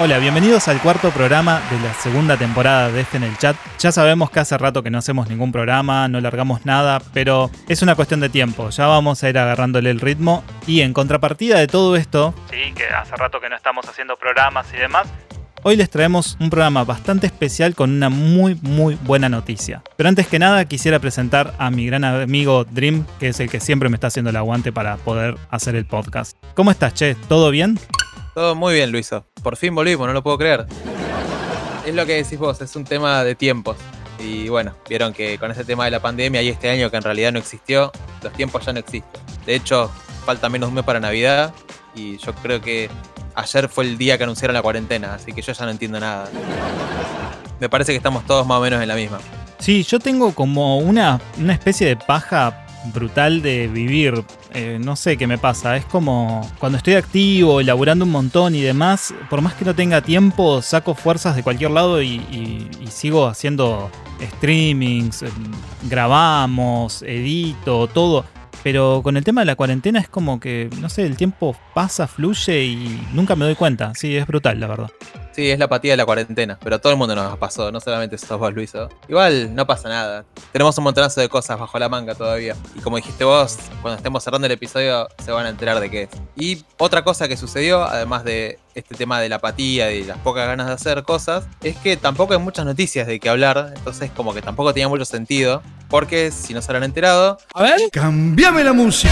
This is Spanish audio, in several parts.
Hola, bienvenidos al cuarto programa de la segunda temporada de Este en el Chat. Ya sabemos que hace rato que no hacemos ningún programa, no largamos nada, pero es una cuestión de tiempo. Ya vamos a ir agarrándole el ritmo. Y en contrapartida de todo esto, sí, que hace rato que no estamos haciendo programas y demás, hoy les traemos un programa bastante especial con una muy buena noticia. Pero antes que nada quisiera presentar a mi gran amigo Dream, que es el que siempre me está haciendo el aguante para poder hacer el podcast. ¿Cómo estás, che? ¿Todo bien? Todo muy bien, Luiso. Por fin volvimos, no lo puedo creer. Es lo que decís vos, es un tema de tiempos. Y bueno, vieron que con este tema de la pandemia y este año que en realidad no existió, los tiempos ya no existen. De hecho, falta menos de un mes para Navidad y yo creo que ayer fue el día que anunciaron la cuarentena, así que yo ya no entiendo nada. Me parece que estamos todos más o menos en la misma. Sí, yo tengo como una especie de paja brutal de vivir. No sé qué me pasa. Es como cuando estoy activo, laburando un montón y demás, por más que no tenga tiempo, saco fuerzas de cualquier lado y sigo haciendo streamings, grabamos, edito, todo. Pero con el tema de la cuarentena es como que, no sé, el tiempo pasa, fluye y nunca me doy cuenta. Sí, es brutal, la verdad. Sí, es la apatía de la cuarentena, pero a todo el mundo nos pasó, no solamente sos vos, Luiso. Igual no pasa nada, tenemos un montonazo de cosas bajo la manga todavía. Y como dijiste vos, cuando estemos cerrando el episodio se van a enterar de qué es. Y otra cosa que sucedió, además de este tema de la apatía y las pocas ganas de hacer cosas, es que tampoco hay muchas noticias de qué hablar, entonces como que tampoco tenía mucho sentido, porque si no se habrán enterado... A ver, cambiame la música.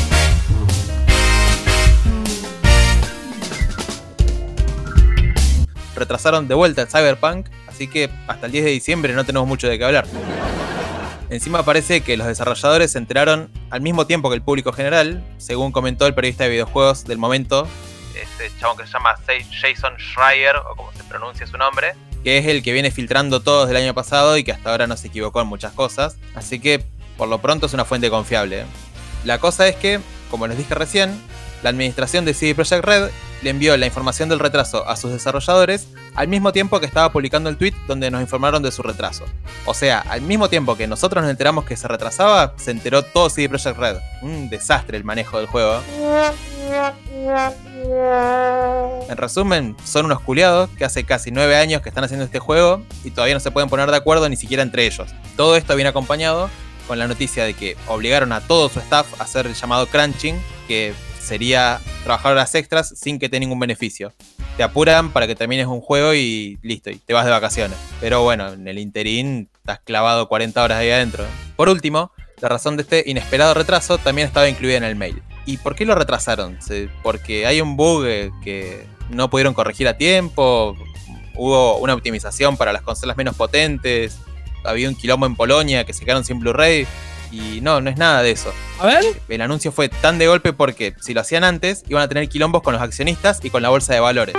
Retrasaron de vuelta el Cyberpunk, así que hasta el 10 de diciembre no tenemos mucho de qué hablar. Encima parece que los desarrolladores se enteraron al mismo tiempo que el público general, según comentó el periodista de videojuegos del momento, este chabón que se llama Jason Schreier, o como se pronuncia su nombre, que es el que viene filtrando todo desde el año pasado y que hasta ahora no se equivocó en muchas cosas, así que por lo pronto es una fuente confiable. La cosa es que, como les dije recién, la administración de CD Projekt Red le envió la información del retraso a sus desarrolladores al mismo tiempo que estaba publicando el tweet donde nos informaron de su retraso. O sea, al mismo tiempo que nosotros nos enteramos que se retrasaba, se enteró todo CD Projekt Red. Un desastre el manejo del juego. En resumen, son unos culiados que hace casi 9 años que están haciendo este juego y todavía no se pueden poner de acuerdo ni siquiera entre ellos. Todo esto viene acompañado con la noticia de que obligaron a todo su staff a hacer el llamado crunching, que sería trabajar horas extras sin que te ningún beneficio. Te apuran para que termines un juego y listo, y te vas de vacaciones. Pero bueno, en el interín estás clavado 40 horas ahí adentro. Por último, la razón de este inesperado retraso también estaba incluida en el mail. ¿Y por qué lo retrasaron? ¿Porque hay un bug que no pudieron corregir a tiempo? ¿Hubo una optimización para las consolas menos potentes? ¿Había un quilombo en Polonia que se quedaron sin Blu-ray? Y no es nada de eso. A ver. El anuncio fue tan de golpe porque si lo hacían antes, iban a tener quilombos con los accionistas y con la bolsa de valores.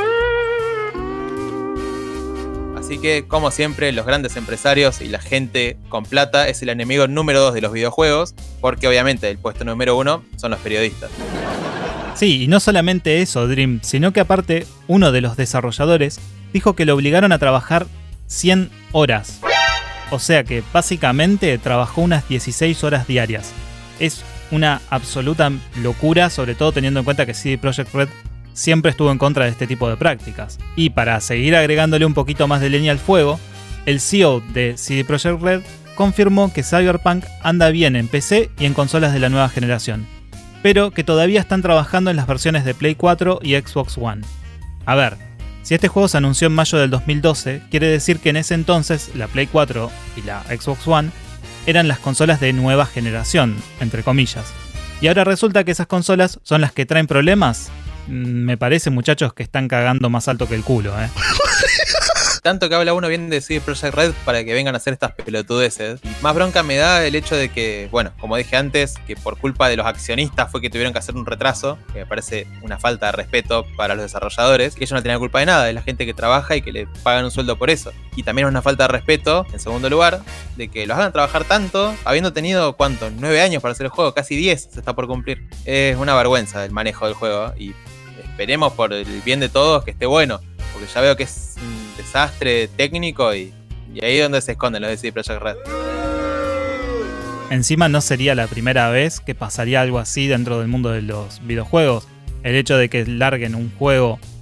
Así que, como siempre, los grandes empresarios y la gente con plata es el enemigo número 2 de los videojuegos, porque obviamente el puesto número 1 son los periodistas. Sí, y no solamente eso, Dream, sino que aparte, uno de los desarrolladores dijo que lo obligaron a trabajar 100 horas. O sea que básicamente trabajó unas 16 horas diarias. Es una absoluta locura, sobre todo teniendo en cuenta que CD Projekt Red siempre estuvo en contra de este tipo de prácticas. Y para seguir agregándole un poquito más de leña al fuego, el CEO de CD Projekt Red confirmó que Cyberpunk anda bien en PC y en consolas de la nueva generación, pero que todavía están trabajando en las versiones de Play 4 y Xbox One. A ver, si este juego se anunció en mayo del 2012, quiere decir que en ese entonces la Play 4 y la Xbox One eran las consolas de nueva generación, entre comillas. Y ahora resulta que esas consolas son las que traen problemas. Me parece, muchachos, que están cagando más alto que el culo, ¿eh? Tanto que habla uno bien de CD Projekt Red para que vengan a hacer estas pelotudeces. Y más bronca me da el hecho de que, bueno, como dije antes, que por culpa de los accionistas fue que tuvieron que hacer un retraso, que me parece una falta de respeto para los desarrolladores, que ellos no tenían culpa de nada, es la gente que trabaja y que le pagan un sueldo por eso. Y también es una falta de respeto, en segundo lugar, de que los hagan trabajar tanto, habiendo tenido, ¿cuánto? 9 años para hacer el juego, casi 10 se está por cumplir. Es una vergüenza el manejo del juego y esperemos por el bien de todos que esté bueno, porque ya veo que es un desastre técnico y ahí es donde se esconden los de CD Projekt Red. Encima no sería la primera vez que pasaría algo así dentro del mundo de los videojuegos. El hecho de que larguen un juego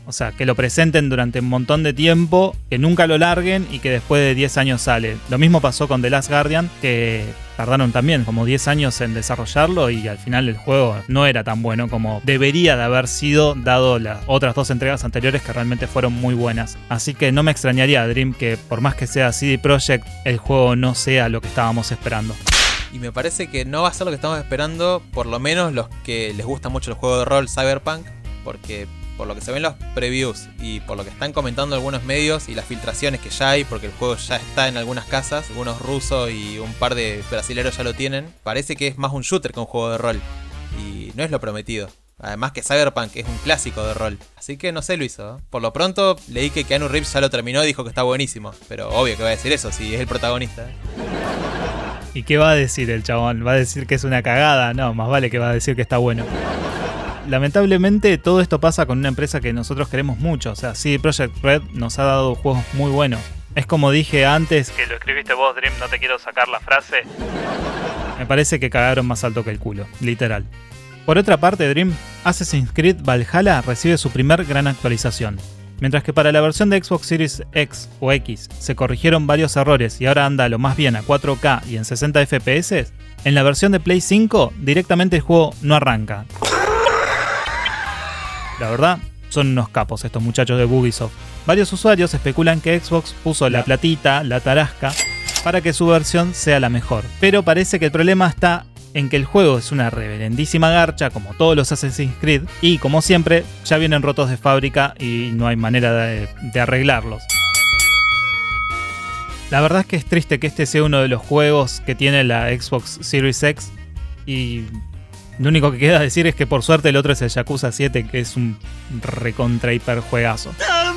O sea, que lo presenten durante un montón de tiempo, que nunca lo larguen y que después de 10 años sale. Lo mismo pasó con The Last Guardian, que tardaron también como 10 años en desarrollarlo y al final el juego no era tan bueno como debería de haber sido, dado las otras 2 entregas anteriores que realmente fueron muy buenas. Así que no me extrañaría, Dream, que por más que sea CD Projekt, el juego no sea lo que estábamos esperando. Y me parece que no va a ser lo que estamos esperando, por lo menos los que les gusta mucho el juego de rol Cyberpunk, porque por lo que se ven los previews y por lo que están comentando algunos medios y las filtraciones que ya hay, porque el juego ya está en algunas casas, algunos rusos y un par de brasileros ya lo tienen, parece que es más un shooter que un juego de rol. Y no es lo prometido. Además que Cyberpunk es un clásico de rol. Así que no sé, lo hizo. Por lo pronto leí que Keanu Reeves ya lo terminó y dijo que está buenísimo. Pero obvio que va a decir eso si es el protagonista. ¿Y qué va a decir el chabón? ¿Va a decir que es una cagada? No, más vale que va a decir que está bueno. Lamentablemente todo esto pasa con una empresa que nosotros queremos mucho. O sea, CD Projekt Red nos ha dado juegos muy buenos. Es como dije antes, que lo escribiste vos, Dream, no te quiero sacar la frase. Me parece que cagaron más alto que el culo, literal. Por otra parte, Dream, Assassin's Creed Valhalla recibe su primer gran actualización. Mientras que para la versión de Xbox Series X o X se corrigieron varios errores y ahora anda lo más bien a 4K y en 60 FPS, en la versión de Play 5 directamente el juego no arranca. La verdad, son unos capos estos muchachos de Ubisoft. Varios usuarios especulan que Xbox puso la platita, la tarasca, para que su versión sea la mejor. Pero parece que el problema está en que el juego es una reverendísima garcha, como todos los Assassin's Creed, y como siempre, ya vienen rotos de fábrica y no hay manera de arreglarlos. La verdad es que es triste que este sea uno de los juegos que tiene la Xbox Series X, y lo único que queda decir es que por suerte el otro es el Yakuza 7, que es un recontra hiper juegazo.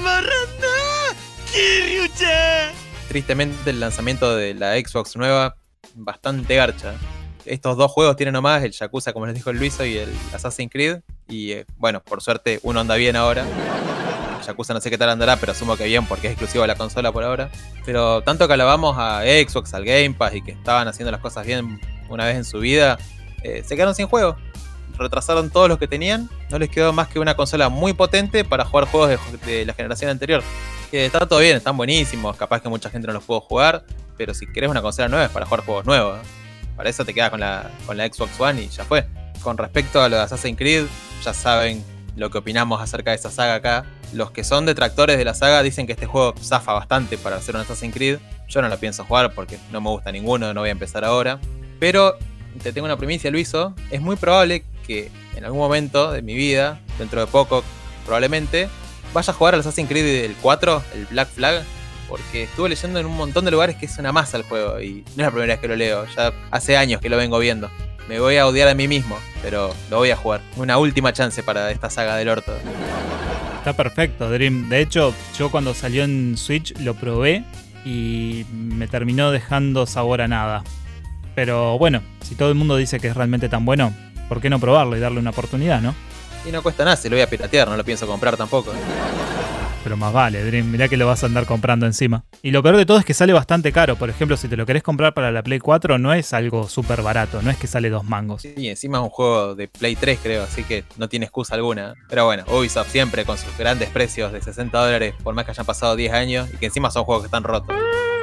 Tristemente el lanzamiento de la Xbox nueva, bastante garcha. Estos 2 juegos tienen nomás, el Yakuza, como les dijo el Luiso, y el Assassin's Creed. Y bueno, por suerte uno anda bien ahora. El Yakuza no sé qué tal andará, pero asumo que bien porque es exclusivo de la consola por ahora. Pero tanto que alabamos a Xbox, al Game Pass y que estaban haciendo las cosas bien una vez en su vida, se quedaron sin juego. Retrasaron todos los que tenían. No les quedó más que una consola muy potente para jugar juegos de la generación anterior. Que está todo bien, están buenísimos. Capaz que mucha gente no los pudo jugar. Pero si querés una consola nueva es para jugar juegos nuevos. Para eso te quedas con la Xbox One y ya fue. Con respecto a lo de Assassin's Creed, ya saben lo que opinamos acerca de esta saga acá. Los que son detractores de la saga dicen que este juego zafa bastante para hacer un Assassin's Creed. Yo no lo pienso jugar porque no me gusta ninguno, no voy a empezar ahora. Pero te tengo una primicia, Luiso. Es muy probable que en algún momento de mi vida, dentro de poco probablemente, vaya a jugar al Assassin's Creed el 4, el Black Flag. Porque estuve leyendo en un montón de lugares que es una masa el juego y no es la primera vez que lo leo, ya hace años que lo vengo viendo. Me voy a odiar a mí mismo, pero lo voy a jugar. Una última chance para esta saga del orto. Está perfecto, Dream. De hecho, yo cuando salió en Switch lo probé y me terminó dejando sabor a nada. Pero bueno, si todo el mundo dice que es realmente tan bueno, ¿por qué no probarlo y darle una oportunidad, no? Y no cuesta nada, se lo voy a piratear, no lo pienso comprar tampoco. Pero más vale, Dream, mirá que lo vas a andar comprando encima. Y lo peor de todo es que sale bastante caro. Por ejemplo, si te lo querés comprar para la Play 4, no es algo súper barato, no es que sale 2 mangos. Sí, encima es un juego de Play 3, creo, así que no tiene excusa alguna. Pero bueno, Ubisoft siempre con sus grandes precios de $60, por más que hayan pasado 10 años, y que encima son juegos que están rotos.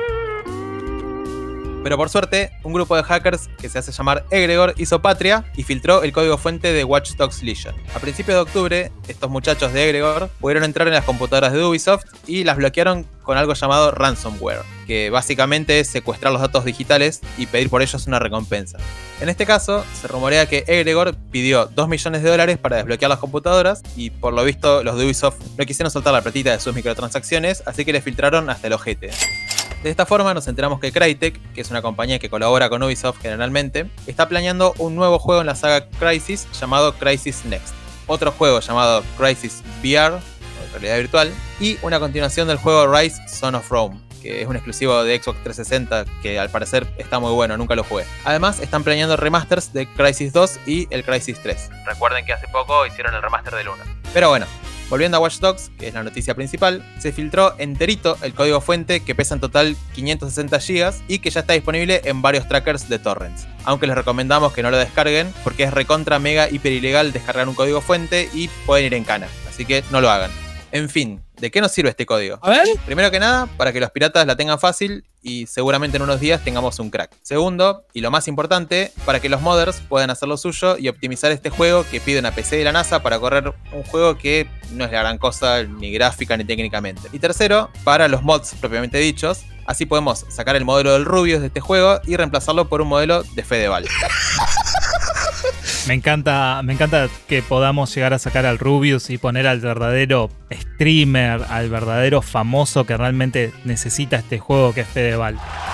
Pero por suerte, un grupo de hackers que se hace llamar Egregor hizo patria y filtró el código fuente de Watch Dogs Legion. A principios de octubre, estos muchachos de Egregor pudieron entrar en las computadoras de Ubisoft y las bloquearon con algo llamado ransomware, que básicamente es secuestrar los datos digitales y pedir por ellos una recompensa. En este caso, se rumorea que Egregor pidió $2 millones para desbloquear las computadoras y por lo visto los de Ubisoft no quisieron soltar la platita de sus microtransacciones, así que les filtraron hasta el ojete. De esta forma nos enteramos que Crytek, que es una compañía que colabora con Ubisoft generalmente, está planeando un nuevo juego en la saga Crysis llamado Crysis Next, otro juego llamado Crysis VR, o realidad virtual, y una continuación del juego Rise Son of Rome, que es un exclusivo de Xbox 360 que al parecer está muy bueno, nunca lo jugué. Además están planeando remasters de Crysis 2 y el Crysis 3. Recuerden que hace poco hicieron el remaster del 1. Pero bueno, volviendo a Watch Dogs, que es la noticia principal, se filtró enterito el código fuente que pesa en total 560 GB y que ya está disponible en varios trackers de torrents. Aunque les recomendamos que no lo descarguen porque es recontra mega hiper ilegal descargar un código fuente y pueden ir en cana, así que no lo hagan. En fin, ¿de qué nos sirve este código? A ver. Primero que nada, para que los piratas la tengan fácil y seguramente en unos días tengamos un crack. Segundo, y lo más importante, para que los modders puedan hacer lo suyo y optimizar este juego que pide una PC de la NASA para correr un juego que no es la gran cosa ni gráfica ni técnicamente. Y tercero, para los mods propiamente dichos, así podemos sacar el modelo del Rubius de este juego y reemplazarlo por un modelo de Fedeval. Me encanta que podamos llegar a sacar al Rubius y poner al verdadero streamer, al verdadero famoso que realmente necesita este juego, que es Fedeval.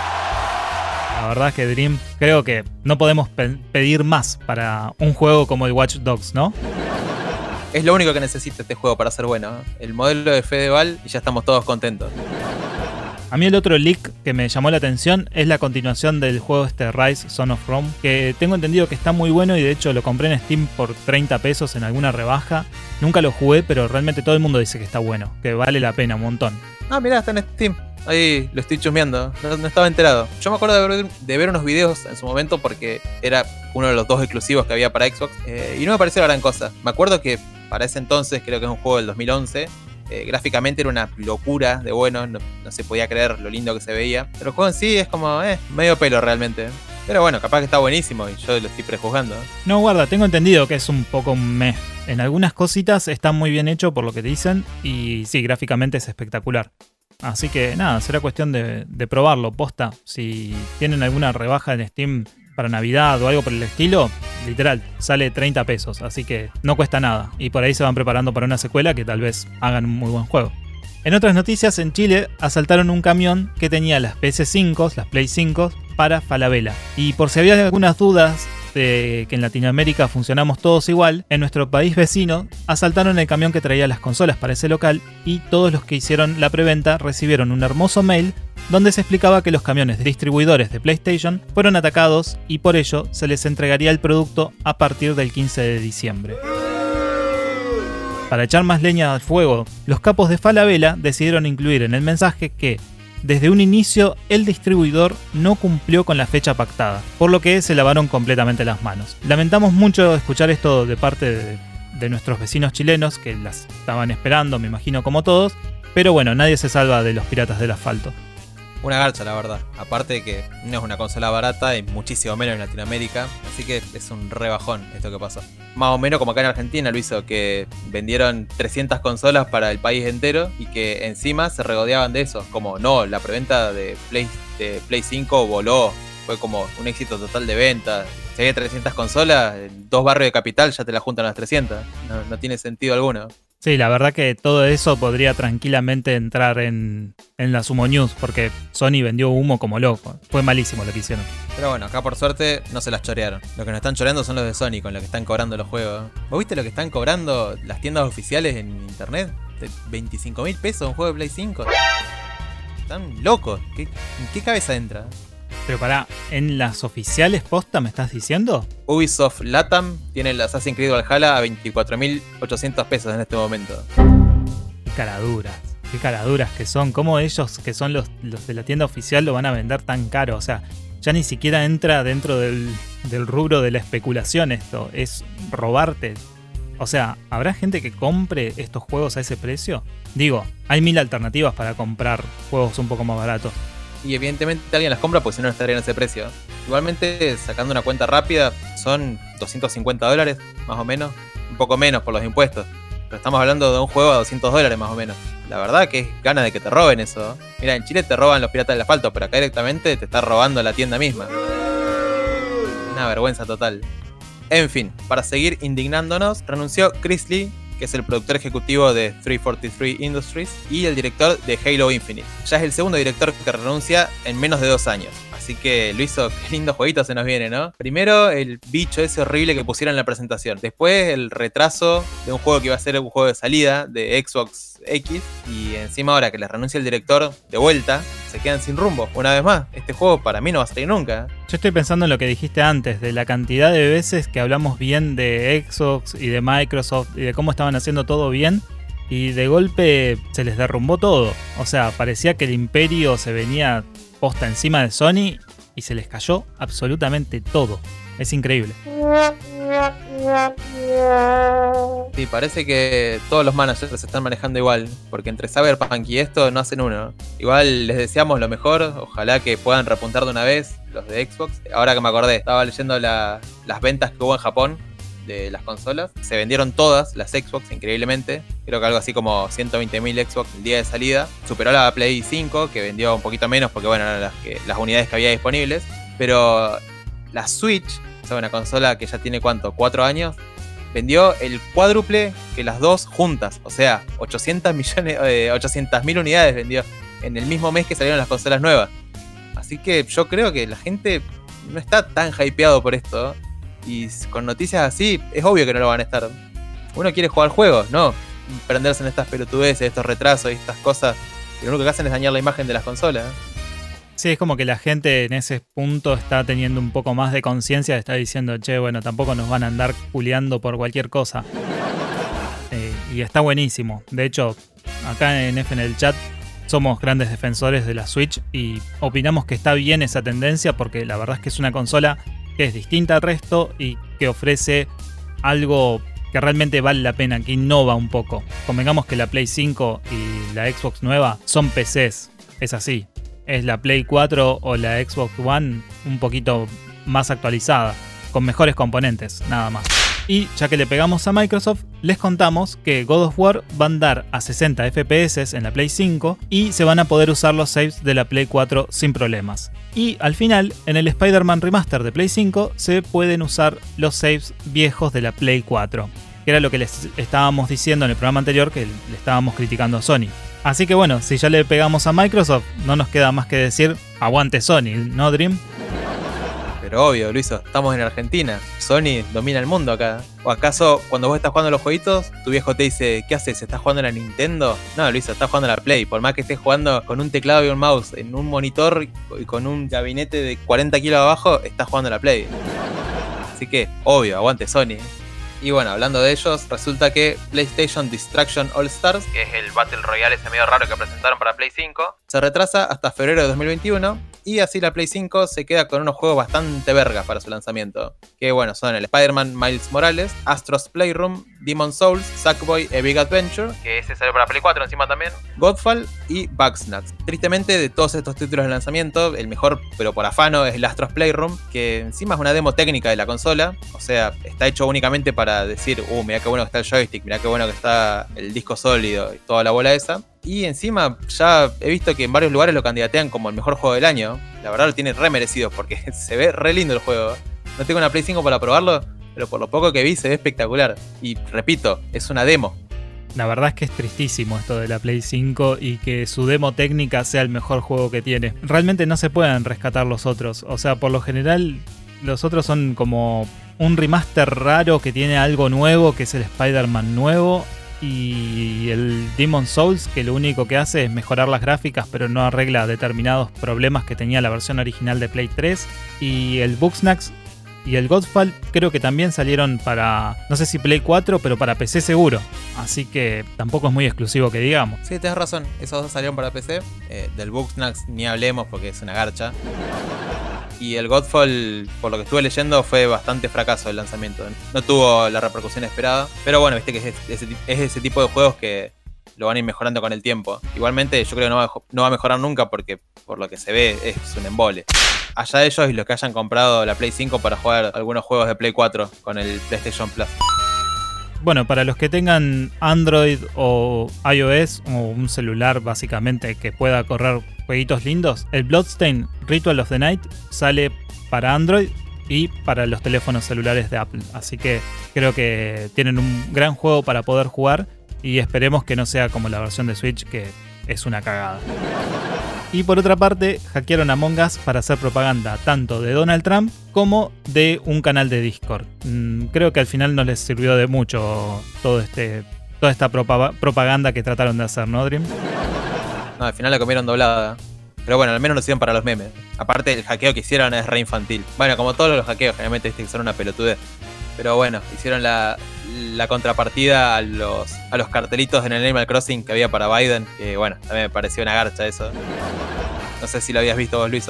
La verdad es que Dream, creo que no podemos pedir más para un juego como el Watch Dogs, ¿no? Es lo único que necesita este juego para ser bueno, ¿eh? El modelo de Fedeval y ya estamos todos contentos. A mí el otro leak que me llamó la atención es la continuación del juego Rise Son of Rome, que tengo entendido que está muy bueno y de hecho lo compré en Steam por 30 pesos en alguna rebaja. Nunca lo jugué, pero realmente todo el mundo dice que está bueno, que vale la pena un montón. Ah, mirá, está en Steam. Ahí lo estoy chusmeando, no estaba enterado. Yo me acuerdo de ver unos videos en su momento porque era uno de los 2 exclusivos que había para Xbox y no me pareció la gran cosa. Me acuerdo que para ese entonces, creo que es un juego del 2011, gráficamente era una locura de bueno, no se podía creer lo lindo que se veía. Pero el juego en sí es como medio pelo realmente. Pero bueno, capaz que está buenísimo y yo lo estoy prejuzgando. No, guarda, tengo entendido que es un poco meh. En algunas cositas está muy bien hecho por lo que dicen y sí, gráficamente es espectacular. Así que nada, será cuestión de probarlo, posta. Si tienen alguna rebaja en Steam para Navidad o algo por el estilo, literal, sale 30 pesos, así que no cuesta nada. Y por ahí se van preparando para una secuela que tal vez hagan un muy buen juego. En otras noticias, en Chile asaltaron un camión que tenía las PS5, las Play 5, para Falabella. Y por si había algunas dudas de que en Latinoamérica funcionamos todos igual, en nuestro país vecino asaltaron el camión que traía las consolas para ese local y todos los que hicieron la preventa recibieron un hermoso mail donde se explicaba que los camiones de distribuidores de PlayStation fueron atacados y por ello se les entregaría el producto a partir del 15 de diciembre. Para echar más leña al fuego, los capos de Falabella decidieron incluir en el mensaje que desde un inicio el distribuidor no cumplió con la fecha pactada, por lo que se lavaron completamente las manos. Lamentamos mucho escuchar esto de parte de nuestros vecinos chilenos que las estaban esperando, me imagino como todos, pero bueno, nadie se salva de los piratas del asfalto. Una garcha, la verdad. Aparte de que no es una consola barata y muchísimo menos en Latinoamérica. Así que es un rebajón esto que pasó. Más o menos como acá en Argentina lo hizo, que vendieron 300 consolas para el país entero y que encima se regodeaban de eso. Como no, la preventa de Play 5 voló. Fue como un éxito total de venta. Si hay 300 consolas, en 2 barrios de capital ya te la juntan las 300. No tiene sentido alguno. Sí, la verdad que todo eso podría tranquilamente entrar en la Sumo News, porque Sony vendió humo como loco. Fue malísimo lo que hicieron. Pero bueno, acá por suerte no se las chorearon. Lo que nos están choreando son los de Sony, con lo que están cobrando los juegos. ¿Vos viste lo que están cobrando las tiendas oficiales en internet? De 25.000 pesos un juego de Play 5. Están locos. ¿En qué cabeza entra? Pero pará, ¿en las oficiales posta me estás diciendo? Ubisoft Latam tiene el Assassin's Creed Valhalla a 24.800 pesos en este momento. Qué caraduras que son. ¿Cómo ellos, que son los de la tienda oficial, lo van a vender tan caro? O sea, ya ni siquiera entra dentro del rubro de la especulación esto. Es robarte. O sea, ¿habrá gente que compre estos juegos a ese precio? Digo, hay 1000 alternativas para comprar juegos un poco más baratos. Y evidentemente alguien las compra porque si no estarían a ese precio. Igualmente, sacando una cuenta rápida, son $250 más o menos. Un poco menos por los impuestos. Pero estamos hablando de un juego a $200 más o menos. La verdad que es ganas de que te roben eso. Mira, en Chile te roban los piratas del asfalto, pero acá directamente te está robando la tienda misma. Una vergüenza total. En fin, para seguir indignándonos, renunció Chris Lee, que es el productor ejecutivo de 343 Industries y el director de Halo Infinite. Ya es el segundo director que renuncia en menos de 2 años. Así que lo hizo, qué lindo jueguito se nos viene, ¿no? Primero el bicho ese horrible que pusieron en la presentación. Después el retraso de un juego que iba a ser un juego de salida de Xbox X. Y encima ahora que les renuncia el director de vuelta, se quedan sin rumbo. Una vez más, este juego para mí no va a salir nunca. Yo estoy pensando en lo que dijiste antes, de la cantidad de veces que hablamos bien de Xbox y de Microsoft y de cómo estaban haciendo todo bien. Y de golpe se les derrumbó todo. O sea, parecía que el imperio se venía posta encima de Sony y se les cayó absolutamente todo. Es increíble. Sí, parece que todos los managers se están manejando igual, porque entre Cyberpunk y esto no hacen uno. Igual les deseamos lo mejor, ojalá que puedan repuntar de una vez los de Xbox. Ahora que me acordé, estaba leyendo las ventas que hubo en Japón de las consolas. Se vendieron todas las Xbox, increíblemente. Creo que algo así como 120.000 Xbox el día de salida. Superó la Play 5, que vendió un poquito menos porque bueno, eran las unidades que había disponibles. Pero la Switch, o sea, una consola que ya tiene ¿cuánto? 4 años. Vendió el cuádruple que las dos juntas. O sea, 800.000 unidades vendió en el mismo mes que salieron las consolas nuevas. Así que yo creo que la gente no está tan hypeado por esto. Y con noticias así, es obvio que no lo van a estar. Uno quiere jugar juegos, no prenderse en estas pelotudeces, estos retrasos y estas cosas. Y lo único que hacen es dañar la imagen de las consolas. Sí, es como que la gente en ese punto está teniendo un poco más de conciencia, está diciendo, che, bueno, tampoco nos van a andar culeando por cualquier cosa. Y está buenísimo. De hecho, acá en F en el chat somos grandes defensores de la Switch y opinamos que está bien esa tendencia porque la verdad es que es una consola que es distinta al resto y que ofrece algo que realmente vale la pena, que innova un poco. Convengamos que la Play 5 y la Xbox nueva son PCs, es así. Es la Play 4 o la Xbox One un poquito más actualizada, con mejores componentes, nada más. Y ya que le pegamos a Microsoft, les contamos que God of War va a andar a 60 FPS en la Play 5 y se van a poder usar los saves de la Play 4 sin problemas. Y al final, en el Spider-Man Remaster de Play 5 se pueden usar los saves viejos de la Play 4, que era lo que les estábamos diciendo en el programa anterior, que le estábamos criticando a Sony. Así que bueno, si ya le pegamos a Microsoft, no nos queda más que decir aguante Sony, ¿no, Dream? Pero obvio, Luiso, estamos en Argentina. Sony domina el mundo acá. ¿O acaso cuando vos estás jugando los jueguitos, tu viejo te dice, ¿qué haces? ¿Estás jugando en la Nintendo? No, Luiso, estás jugando en la Play. Por más que estés jugando con un teclado y un mouse en un monitor y con un gabinete de 40 kilos abajo, estás jugando en la Play. Así que, obvio, aguante Sony. Y bueno, hablando de ellos, resulta que PlayStation Destruction All Stars, que es el Battle Royale ese medio raro que presentaron para Play 5, se retrasa hasta febrero de 2021 y así la Play 5 se queda con unos juegos bastante vergas para su lanzamiento. Que bueno, son el Spider-Man Miles Morales, Astro's Playroom, Demon's Souls, Sackboy: A Big Adventure, que ese salió para Play 4 encima también, Godfall y Bugsnax. Tristemente, de todos estos títulos de lanzamiento, el mejor, pero por afano, es el Astro's Playroom, que encima es una demo técnica de la consola, o sea, está hecho únicamente para decir, mirá qué bueno que está el joystick, mirá qué bueno que está el disco sólido y toda la bola esa. Y encima ya he visto que en varios lugares lo candidatean como el mejor juego del año. La verdad lo tiene re merecido porque se ve re lindo el juego. No tengo una Play 5 para probarlo, pero por lo poco que vi se ve espectacular. Y repito, es una demo. La verdad es que es tristísimo esto de la Play 5 y que su demo técnica sea el mejor juego que tiene. Realmente no se pueden rescatar los otros. O sea, por lo general los otros son como un remaster raro que tiene algo nuevo, que es el Spider-Man nuevo. Y el Demon's Souls, que lo único que hace es mejorar las gráficas, pero no arregla determinados problemas que tenía la versión original de Play 3. Y el Bugsnax y el Godfall creo que también salieron para, no sé si Play 4, pero para PC seguro. Así que tampoco es muy exclusivo que digamos. Sí, tenés razón, esos dos salieron para PC. Del Bugsnax ni hablemos porque es una garcha. Y el Godfall, por lo que estuve leyendo, fue bastante fracaso el lanzamiento. No tuvo la repercusión esperada. Pero bueno, viste que es ese tipo de juegos que lo van a ir mejorando con el tiempo. Igualmente yo creo que no va a mejorar nunca porque por lo que se ve es un embole. Allá ellos y los que hayan comprado la Play 5 para jugar algunos juegos de Play 4 con el PlayStation Plus. Bueno, para los que tengan Android o iOS o un celular básicamente que pueda correr jueguitos lindos, el Bloodstained Ritual of the Night sale para Android y para los teléfonos celulares de Apple. Así que creo que tienen un gran juego para poder jugar y esperemos que no sea como la versión de Switch, que es una cagada. Y por otra parte, hackearon Among Us para hacer propaganda tanto de Donald Trump como de un canal de Discord. Creo que al final no les sirvió de mucho toda esta propaganda que trataron de hacer, ¿no, Dream? No, al final la comieron doblada. Pero bueno, al menos lo hicieron para los memes. Aparte, el hackeo que hicieron es re infantil. Bueno, como todos los hackeos, generalmente son una pelotudez. Pero bueno, hicieron la contrapartida a los cartelitos en el Animal Crossing que había para Biden. Que bueno, también me pareció una garcha eso. No sé si lo habías visto vos, Luiso.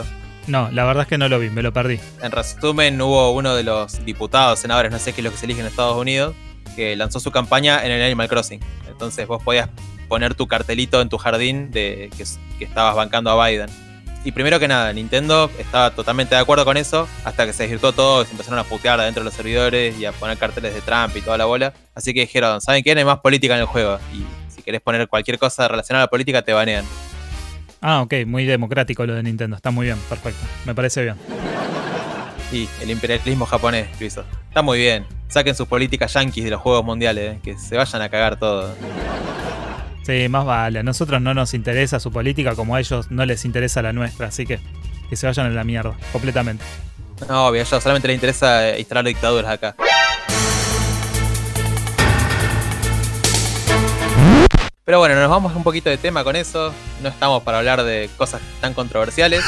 No, la verdad es que no lo vi, me lo perdí. En resumen, hubo uno de los diputados, senadores, no sé qué es lo que se elige en Estados Unidos, que lanzó su campaña en el Animal Crossing. Entonces vos podías poner tu cartelito en tu jardín de que estabas bancando a Biden. Y primero que nada, Nintendo estaba totalmente de acuerdo con eso, hasta que se desvirtuó todo, se empezaron a putear adentro de los servidores y a poner carteles de Trump y toda la bola. Así que dijeron, ¿saben qué? No hay más política en el juego. Y si querés poner cualquier cosa relacionada a la política, te banean. Ah, ok, muy democrático lo de Nintendo, está muy bien, perfecto, me parece bien. Y el imperialismo japonés lo hizo. Está muy bien. Saquen sus políticas yanquis de los juegos mundiales, que se vayan a cagar todo. Sí, más vale, a nosotros no nos interesa su política como a ellos no les interesa la nuestra, así que se vayan a la mierda, completamente. No, obvio, a ellos solamente les interesa instalar dictaduras acá. Pero bueno, nos vamos un poquito de tema con eso. No estamos para hablar de cosas tan controversiales.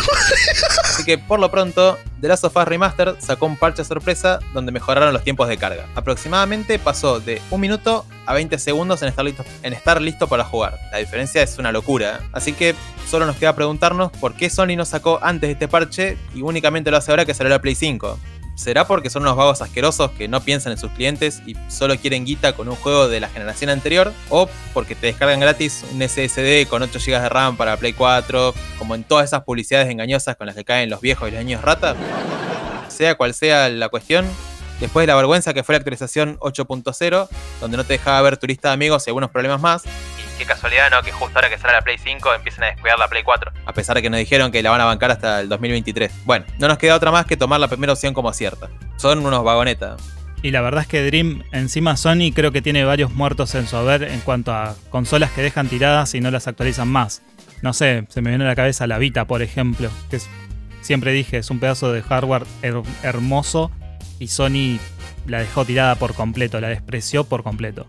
Así que por lo pronto, The Last of Us Remastered sacó un parche sorpresa donde mejoraron los tiempos de carga. Aproximadamente pasó de 1 minuto a 20 segundos en estar listo para jugar. La diferencia es una locura. Así que solo nos queda preguntarnos por qué Sony no sacó antes este parche y únicamente lo hace ahora que salió la Play 5. ¿Será porque son unos vagos asquerosos que no piensan en sus clientes y solo quieren guita con un juego de la generación anterior? ¿O porque te descargan gratis un SSD con 8 GB de RAM para Play 4, como en todas esas publicidades engañosas con las que caen los viejos y los niños rata? Sea cual sea la cuestión, después de la vergüenza que fue la actualización 8.0, donde no te dejaba ver tu lista de amigos y algunos problemas más, qué casualidad, ¿no? Que justo ahora que sale la Play 5 empiecen a descuidar la Play 4. A pesar de que nos dijeron que la van a bancar hasta el 2023. Bueno, no nos queda otra más que tomar la primera opción como cierta. Son unos vagonetas. Y la verdad es que Dream, encima Sony, creo que tiene varios muertos en su haber en cuanto a consolas que dejan tiradas y no las actualizan más. No sé, se me viene a la cabeza la Vita, por ejemplo, que siempre dije, es un pedazo de hardware hermoso y Sony la dejó tirada por completo, la despreció por completo.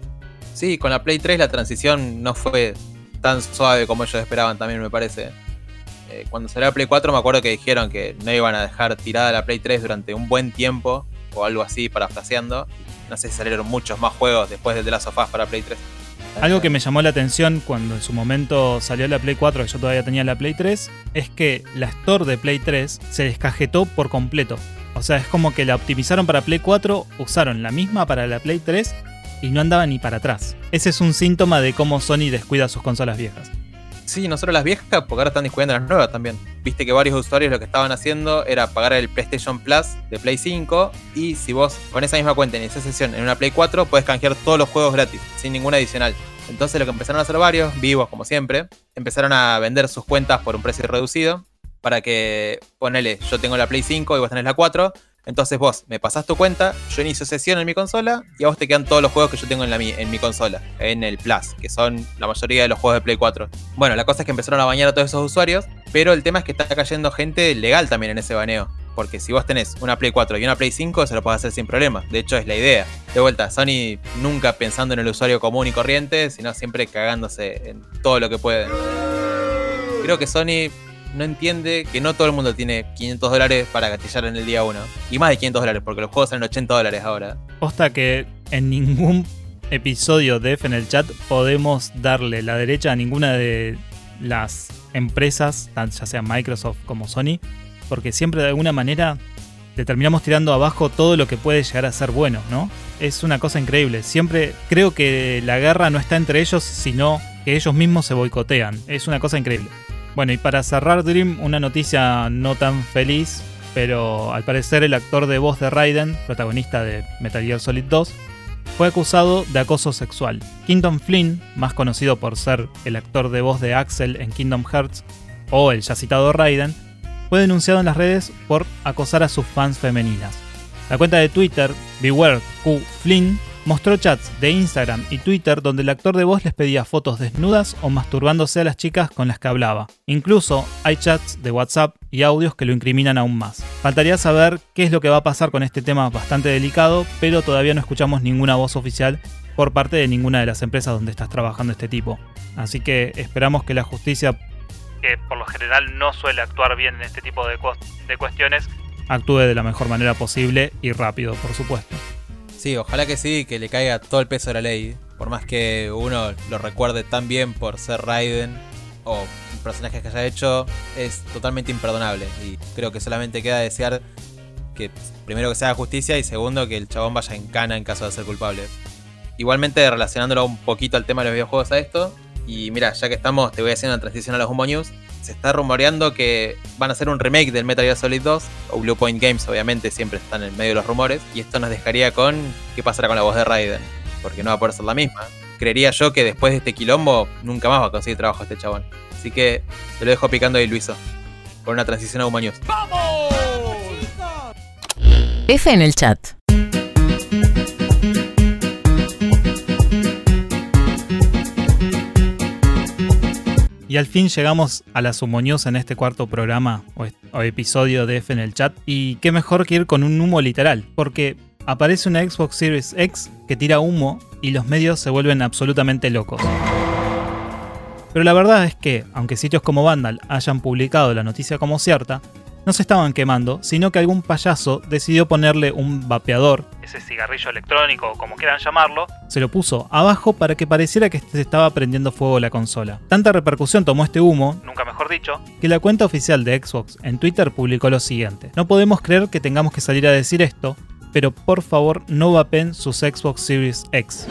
Sí, con la Play 3 la transición no fue tan suave como ellos esperaban también, me parece. Cuando salió la Play 4 me acuerdo que dijeron que no iban a dejar tirada la Play 3 durante un buen tiempo, o algo así, parafraseando. No sé si salieron muchos más juegos después de The Last of Us para Play 3. Algo que me llamó la atención cuando en su momento salió la Play 4, que yo todavía tenía la Play 3, es que la Store de Play 3 se descajetó por completo. O sea, es como que la optimizaron para Play 4, usaron la misma para la Play 3 y no andaba ni para atrás. Ese es un síntoma de cómo Sony descuida sus consolas viejas. Sí, no solo las viejas, porque ahora están descuidando las nuevas también. Viste que varios usuarios lo que estaban haciendo era pagar el PlayStation Plus de Play 5 y si vos con esa misma cuenta iniciás sesión en una Play 4 podés canjear todos los juegos gratis, sin ninguna adicional. Entonces lo que empezaron a hacer varios, vivos como siempre, empezaron a vender sus cuentas por un precio reducido para que, ponele, yo tengo la Play 5 y vos tenés la 4. Entonces vos me pasás tu cuenta, yo inicio sesión en mi consola y a vos te quedan todos los juegos que yo tengo en mi consola, en el Plus, que son la mayoría de los juegos de Play 4. Bueno, la cosa es que empezaron a bañar a todos esos usuarios, pero el tema es que está cayendo gente legal también en ese baneo. Porque si vos tenés una Play 4 y una Play 5, se lo podés hacer sin problema. De hecho, es la idea. De vuelta, Sony nunca pensando en el usuario común y corriente, sino siempre cagándose en todo lo que pueden. Creo que Sony no entiende que no todo el mundo tiene $500 para gatillar en el día 1. Y más de $500, porque los juegos salen $80 ahora. Posta que en ningún episodio de F en el chat podemos darle la derecha a ninguna de las empresas, ya sea Microsoft como Sony, porque siempre de alguna manera le terminamos tirando abajo todo lo que puede llegar a ser bueno, ¿no? Es una cosa increíble. Siempre creo que la guerra no está entre ellos, sino que ellos mismos se boicotean. Es una cosa increíble. Bueno, y para cerrar Dream, una noticia no tan feliz, pero al parecer el actor de voz de Raiden, protagonista de Metal Gear Solid 2, fue acusado de acoso sexual. Kingdom Flynn, más conocido por ser el actor de voz de Axel en Kingdom Hearts, o el ya citado Raiden, fue denunciado en las redes por acosar a sus fans femeninas. La cuenta de Twitter, BewareQFlynn, mostró chats de Instagram y Twitter donde el actor de voz les pedía fotos desnudas o masturbándose a las chicas con las que hablaba. Incluso hay chats de WhatsApp y audios que lo incriminan aún más. Faltaría saber qué es lo que va a pasar con este tema bastante delicado, pero todavía no escuchamos ninguna voz oficial por parte de ninguna de las empresas donde estás trabajando este tipo. Así que esperamos que la justicia, que por lo general no suele actuar bien en este tipo de cuestiones, actúe de la mejor manera posible y rápido, por supuesto. Sí, ojalá que sí, que le caiga todo el peso de la ley. Por más que uno lo recuerde tan bien por ser Raiden, o personajes que haya hecho es totalmente imperdonable. Y creo que solamente queda desear que primero que se haga justicia y segundo que el chabón vaya en cana en caso de ser culpable. Igualmente relacionándolo un poquito al tema de los videojuegos a esto, y mira, ya que estamos, te voy haciendo una transición a los Humo News. Se está rumoreando que van a hacer un remake del Metal Gear Solid 2, o Blue Point Games obviamente siempre están en medio de los rumores, y esto nos dejaría con qué pasará con la voz de Raiden, porque no va a poder ser la misma. Creería yo que después de este quilombo nunca más va a conseguir trabajo este chabón. Así que te lo dejo picando ahí, Luiso, con una transición a Humo News. ¡Vamos! F en el chat. Y al fin llegamos a las Humo News en este cuarto programa o episodio de F en el chat. Y qué mejor que ir con un humo literal, porque aparece una Xbox Series X que tira humo y los medios se vuelven absolutamente locos. Pero la verdad es que, aunque sitios como Vandal hayan publicado la noticia como cierta, no se estaban quemando, sino que algún payaso decidió ponerle un vapeador, ese cigarrillo electrónico o como quieran llamarlo, se lo puso abajo para que pareciera que se estaba prendiendo fuego la consola. Tanta repercusión tomó este humo, nunca mejor dicho, que la cuenta oficial de Xbox en Twitter publicó lo siguiente: no podemos creer que tengamos que salir a decir esto, pero por favor no vapeen sus Xbox Series X.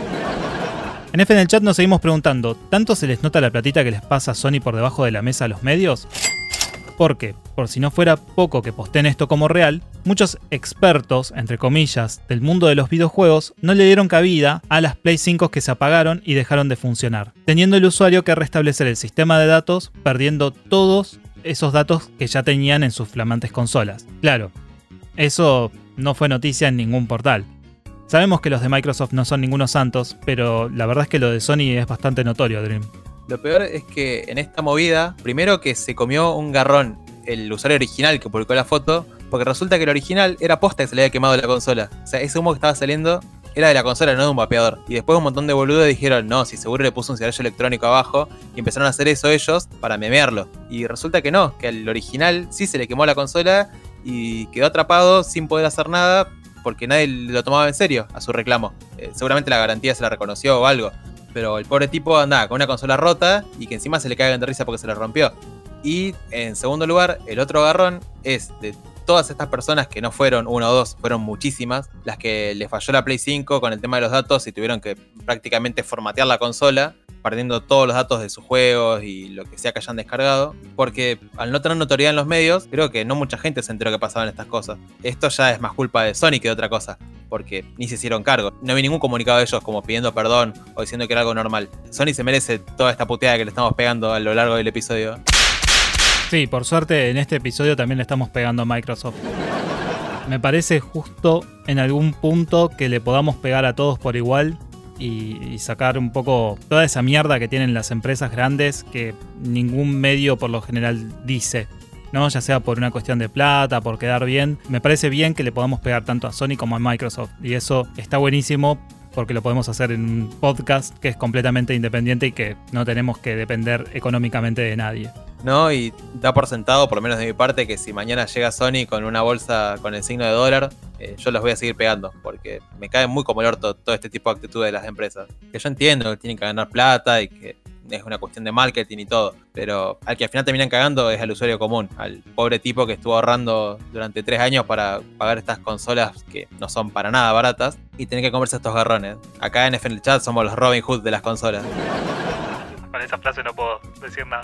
En F en el chat nos seguimos preguntando, ¿tanto se les nota la platita que les pasa a Sony por debajo de la mesa a los medios? Porque, por si no fuera poco que posteen esto como real, muchos expertos, entre comillas, del mundo de los videojuegos no le dieron cabida a las Play 5 que se apagaron y dejaron de funcionar, teniendo el usuario que restablecer el sistema de datos, perdiendo todos esos datos que ya tenían en sus flamantes consolas. Claro, eso no fue noticia en ningún portal. Sabemos que los de Microsoft no son ningunos santos, pero la verdad es que lo de Sony es bastante notorio, Dream. Lo peor es que en esta movida, primero que se comió un garrón el usuario original que publicó la foto, porque resulta que el original era posta que se le había quemado la consola. O sea, ese humo que estaba saliendo era de la consola, no de un vapeador. Y después un montón de boludos dijeron, no, si seguro le puso un cigarrillo electrónico abajo, y empezaron a hacer eso ellos para memearlo. Y resulta que no, que al original sí se le quemó la consola y quedó atrapado sin poder hacer nada porque nadie lo tomaba en serio a su reclamo. Seguramente la garantía se la reconoció o algo. Pero el pobre tipo andaba con una consola rota y que encima se le cagan de risa porque se la rompió. Y en segundo lugar, el otro garrón es de todas estas personas que no fueron una o dos, fueron muchísimas, las que les falló la Play 5 con el tema de los datos y tuvieron que prácticamente formatear la consola, perdiendo todos los datos de sus juegos y lo que sea que hayan descargado, porque al no tener notoriedad en los medios, creo que no mucha gente se enteró que pasaban estas cosas. Esto ya es más culpa de Sony que de otra cosa, porque ni se hicieron cargo. No vi ningún comunicado de ellos como pidiendo perdón o diciendo que era algo normal. Sony se merece toda esta puteada que le estamos pegando a lo largo del episodio. Sí, por suerte en este episodio también le estamos pegando a Microsoft. Me parece justo en algún punto que le podamos pegar a todos por igual y sacar un poco toda esa mierda que tienen las empresas grandes que ningún medio por lo general dice, ¿no? Ya sea por una cuestión de plata, por quedar bien. Me parece bien que le podamos pegar tanto a Sony como a Microsoft y eso está buenísimo porque lo podemos hacer en un podcast que es completamente independiente y que no tenemos que depender económicamente de nadie. No, y da por sentado, por lo menos de mi parte, que si mañana llega Sony con una bolsa con el signo de dólar, yo los voy a seguir pegando, porque me cae muy como el orto todo este tipo de actitudes de las empresas. Que yo entiendo que tienen que ganar plata y que es una cuestión de marketing y todo, pero al que al final terminan cagando es al usuario común, al pobre tipo que estuvo ahorrando durante 3 años para pagar estas consolas que no son para nada baratas y tener que comerse estos garrones. Acá en F en el chat somos los Robin Hood de las consolas. Con esa frase no puedo decir nada.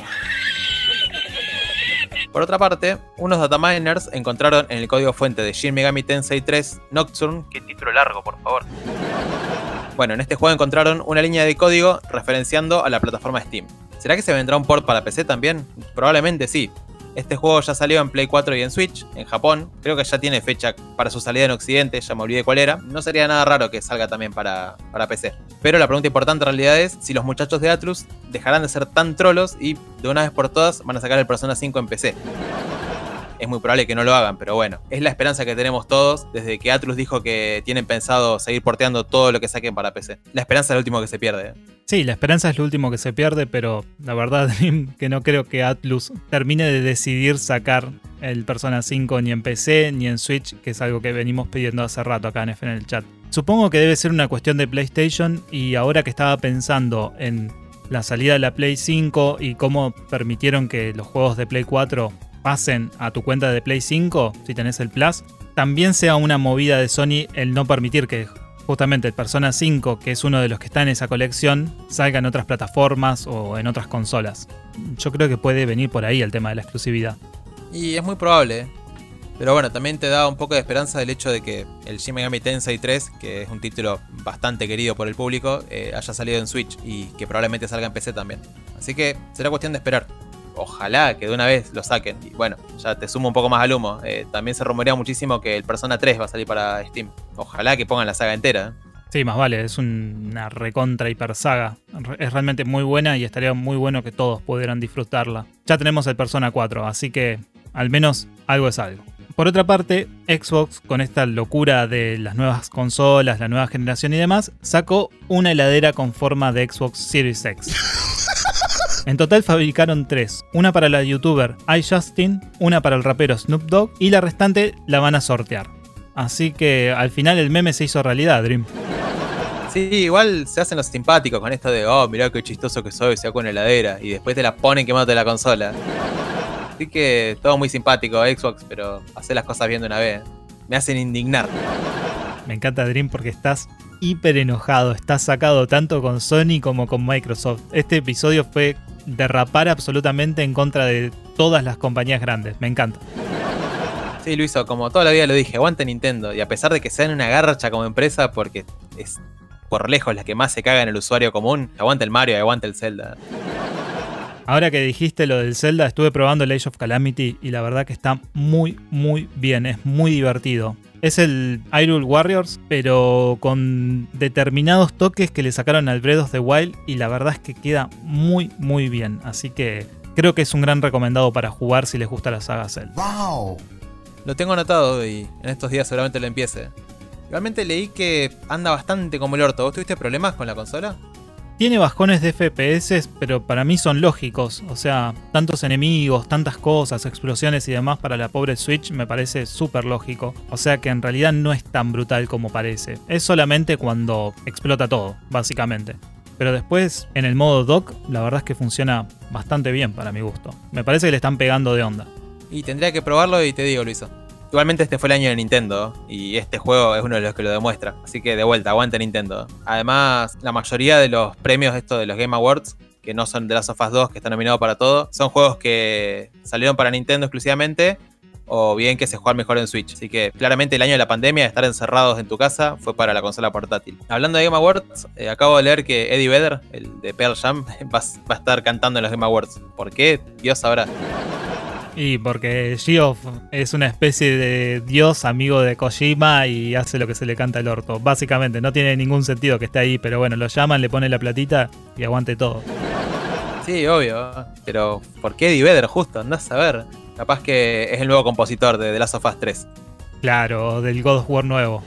Por otra parte, unos dataminers encontraron en el código fuente de Shin Megami Tensei 3 Nocturne, qué título largo, por favor. Bueno, en este juego encontraron una línea de código referenciando a la plataforma Steam. ¿Será que se vendrá un port para PC también? Probablemente sí. Este juego ya salió en Play 4 y en Switch, en Japón. Creo que ya tiene fecha para su salida en Occidente, ya me olvidé cuál era. No sería nada raro que salga también para PC. Pero la pregunta importante en realidad es si los muchachos de Atlus dejarán de ser tan trolos y de una vez por todas van a sacar el Persona 5 en PC. Es muy probable que no lo hagan, pero bueno, es la esperanza que tenemos todos desde que Atlus dijo que tienen pensado seguir porteando todo lo que saquen para PC. La esperanza es lo último que se pierde. Sí, la esperanza es lo último que se pierde, pero la verdad que no creo que Atlus termine de decidir sacar el Persona 5 ni en PC ni en Switch, que es algo que venimos pidiendo hace rato acá en el chat. Supongo que debe ser una cuestión de PlayStation y ahora que estaba pensando en la salida de la Play 5 y cómo permitieron que los juegos de Play 4 pasen a tu cuenta de Play 5, si tenés el Plus, también sea una movida de Sony el no permitir que justamente el Persona 5, que es uno de los que está en esa colección, salga en otras plataformas o en otras consolas. Yo creo que puede venir por ahí el tema de la exclusividad. Y es muy probable. Pero bueno, también te da un poco de esperanza el hecho de que el Shin Megami Tensei 3, que es un título bastante querido por el público, haya salido en Switch y que probablemente salga en PC también. Así que será cuestión de esperar. Ojalá que de una vez lo saquen. Y bueno, ya te sumo un poco más al humo. También se rumorea muchísimo que el Persona 3 va a salir para Steam. Ojalá que pongan la saga entera. Sí, más vale, es una recontra hiper saga. Es realmente muy buena y estaría muy bueno que todos pudieran disfrutarla. Ya tenemos el Persona 4, así que al menos algo es algo. Por otra parte, Xbox, con esta locura de las nuevas consolas, la nueva generación y demás, sacó una heladera con forma de Xbox Series X. En total fabricaron 3, una para la youtuber iJustin, una para el rapero Snoop Dogg y la restante la van a sortear. Así que al final el meme se hizo realidad, Dream. Sí, igual se hacen los simpáticos con esto de, oh, mirá qué chistoso que soy, saco una heladera, y después te la ponen quemándote la consola. Así que todo muy simpático Xbox, pero hacer las cosas bien de una vez. Me hacen indignar. Me encanta Dream porque estás hiper enojado, estás sacado tanto con Sony como con Microsoft. Este episodio fue derrapar absolutamente en contra de todas las compañías grandes, me encanta. Sí, Luiso, como toda la vida lo dije, aguante Nintendo. Y a pesar de que sean una garcha como empresa, porque es por lejos la que más se caga en el usuario común, aguante el Mario y aguante el Zelda. Ahora que dijiste lo del Zelda, estuve probando el Age of Calamity y la verdad que está muy, muy bien, es muy divertido. Es el Hyrule Warriors, pero con determinados toques que le sacaron al Breath of the Wild y la verdad es que queda muy, muy bien. Así que creo que es un gran recomendado para jugar si les gusta la saga Zelda. ¡Wow! Lo tengo anotado y en estos días seguramente lo empiece. Realmente leí que anda bastante como el orto. ¿Vos tuviste problemas con la consola? Tiene bajones de FPS, pero para mí son lógicos. O sea, tantos enemigos, tantas cosas, explosiones y demás para la pobre Switch me parece súper lógico. O sea que en realidad no es tan brutal como parece. Es solamente cuando explota todo, básicamente. Pero después, en el modo dock, la verdad es que funciona bastante bien para mi gusto. Me parece que le están pegando de onda. Y tendría que probarlo y te digo, Luiso. Igualmente este fue el año de Nintendo y este juego es uno de los que lo demuestra. Así que de vuelta, aguante Nintendo. Además, la mayoría de los premios estos de los Game Awards, que no son The Last of Us 2, que está nominado para todo, son juegos que salieron para Nintendo exclusivamente o bien que se juegan mejor en Switch. Así que claramente el año de la pandemia, de estar encerrados en tu casa, fue para la consola portátil. Hablando de Game Awards, acabo de leer que Eddie Vedder, el de Pearl Jam, va a estar cantando en los Game Awards. ¿Por qué? Dios sabrá. Y porque Geoff es una especie de dios amigo de Kojima y hace lo que se le canta el orto. Básicamente, no tiene ningún sentido que esté ahí, pero bueno, lo llaman, le ponen la platita y aguante todo. Sí, obvio. Pero ¿por qué Eddie Vedder justo? Andás a ver. Capaz que es el nuevo compositor de The Last of Us 3. Claro, del God of War nuevo.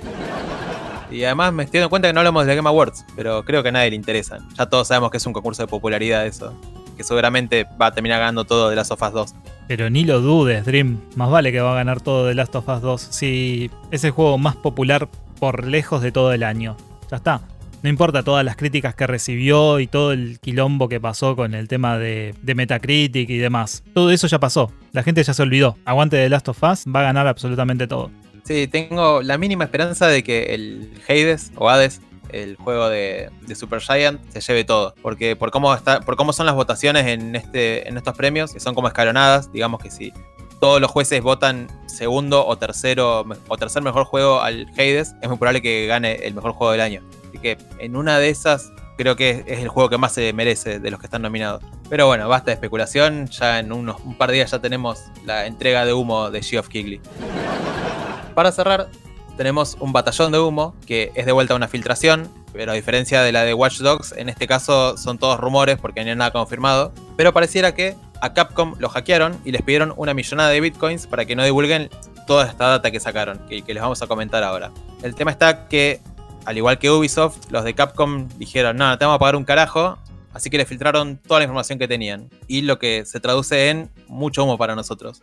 Y además me estoy dando cuenta que no hablamos de Game Awards, pero creo que a nadie le interesan. Ya todos sabemos que es un concurso de popularidad eso. Que seguramente va a terminar ganando todo The Last of Us 2. Pero ni lo dudes, Dream. Más vale que va a ganar todo The Last of Us 2. Si es el juego más popular por lejos de todo el año. Ya está. No importa todas las críticas que recibió y todo el quilombo que pasó con el tema de Metacritic y demás. Todo eso ya pasó. La gente ya se olvidó. Aguante The Last of Us, va a ganar absolutamente todo. Sí, tengo la mínima esperanza de que el Hades o Hades, el juego de Supergiant, se lleve todo. Porque por cómo son las votaciones en estos premios, que son como escalonadas, digamos que si todos los jueces votan segundo o tercer mejor juego al Hades, es muy probable que gane el mejor juego del año. Así que en una de esas creo que es el juego que más se merece de los que están nominados. Pero bueno, basta de especulación, ya en un par de días ya tenemos la entrega de humo de Geoff Keighley. Para cerrar, tenemos un batallón de humo que es de vuelta una filtración, pero a diferencia de la de Watch Dogs, en este caso son todos rumores porque no hay nada confirmado. Pero pareciera que a Capcom lo hackearon y les pidieron 1 millonada de bitcoins para que no divulguen toda esta data que sacaron, que les vamos a comentar ahora. El tema está que, al igual que Ubisoft, los de Capcom dijeron, no te vamos a pagar un carajo, así que le filtraron toda la información que tenían. Y lo que se traduce en mucho humo para nosotros.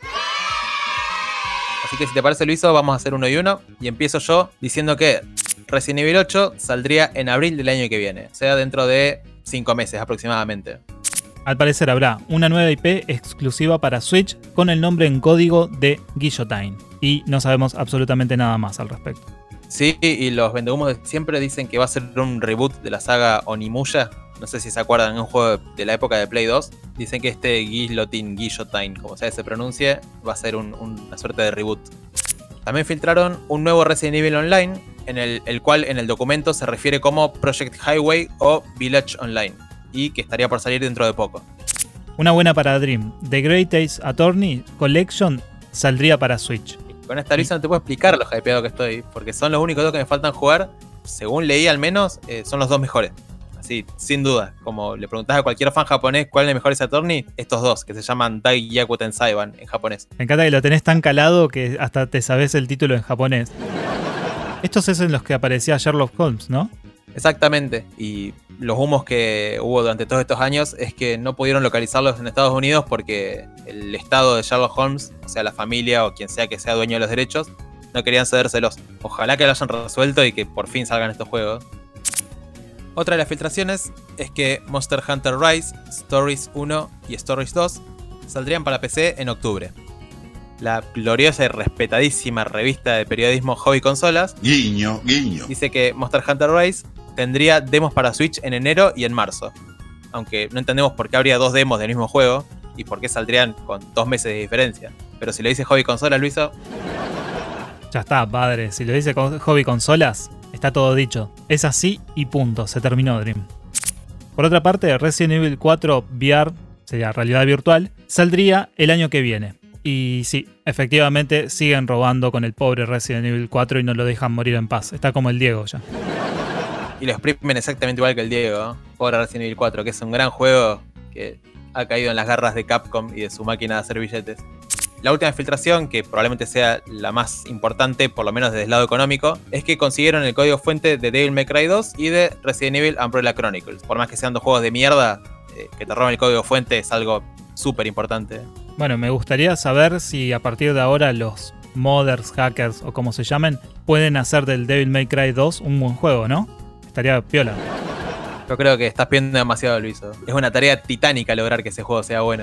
Así que si te parece, Luiso, vamos a hacer uno y uno. Y empiezo yo diciendo que Resident Evil 8 saldría en abril del año que viene. O sea, dentro de 5 meses aproximadamente. Al parecer habrá una nueva IP exclusiva para Switch con el nombre en código de Guillotine. Y no sabemos absolutamente nada más al respecto. Sí, y los vendehumos de siempre dicen que va a ser un reboot de la saga Onimusha. No sé si se acuerdan, en un juego de la época de Play 2. Dicen que este Guillotine, como sea que se pronuncie, va a ser una suerte de reboot. También filtraron un nuevo Resident Evil Online, en el cual en el documento se refiere como Project Highway o Village Online, y que estaría por salir dentro de poco. Una buena para Dream. The Great Ace Attorney Collection saldría para Switch. Con esta lista no te puedo explicar lo hypeado que estoy, porque son los únicos dos que me faltan jugar. Según leí al menos, son los dos mejores. Así, sin duda. Como le preguntás a cualquier fan japonés cuál es el mejor Ace Attorney, estos dos, que se llaman Dai Yaku Tensaiban en japonés. Me encanta que lo tenés tan calado que hasta te sabés el título en japonés. Estos es en los que aparecía Sherlock Holmes, ¿no? Exactamente. Y los humos que hubo durante todos estos años es que no pudieron localizarlos en Estados Unidos porque el estado de Sherlock Holmes, o sea, la familia o quien sea que sea dueño de los derechos, no querían cedérselos. Ojalá que lo hayan resuelto y que por fin salgan estos juegos. Otra de las filtraciones es que Monster Hunter Rise, Stories 1 y Stories 2 saldrían para PC en octubre. La gloriosa y respetadísima revista de periodismo Hobby Consolas, Guiño, guiño, dice que Monster Hunter Rise tendría demos para Switch en enero y en marzo. Aunque no entendemos por qué habría dos demos del mismo juego y por qué saldrían con 2 meses de diferencia. Pero si lo dice Hobby Consolas, Luiso... Ya está, padre. Si lo dice Hobby Consolas, está todo dicho. Es así y punto. Se terminó Dream. Por otra parte, Resident Evil 4 VR, sería realidad virtual, saldría el año que viene. Y sí, efectivamente siguen robando con el pobre Resident Evil 4 y no lo dejan morir en paz. Está como el Diego ya. Y lo exprimen exactamente igual que el Diego, ¿eh? Pobre Resident Evil 4, que es un gran juego que ha caído en las garras de Capcom y de su máquina de hacer billetes. La última filtración, que probablemente sea la más importante, por lo menos desde el lado económico, es que consiguieron el código fuente de Devil May Cry 2 y de Resident Evil Umbrella Chronicles. Por más que sean dos juegos de mierda, que te roben el código fuente es algo súper importante. Bueno, me gustaría saber si a partir de ahora los modders, hackers o como se llamen, pueden hacer del Devil May Cry 2 un buen juego, ¿no? Estaría piola. Yo creo que estás pidiendo demasiado, Luiso. Es una tarea titánica lograr que ese juego sea bueno.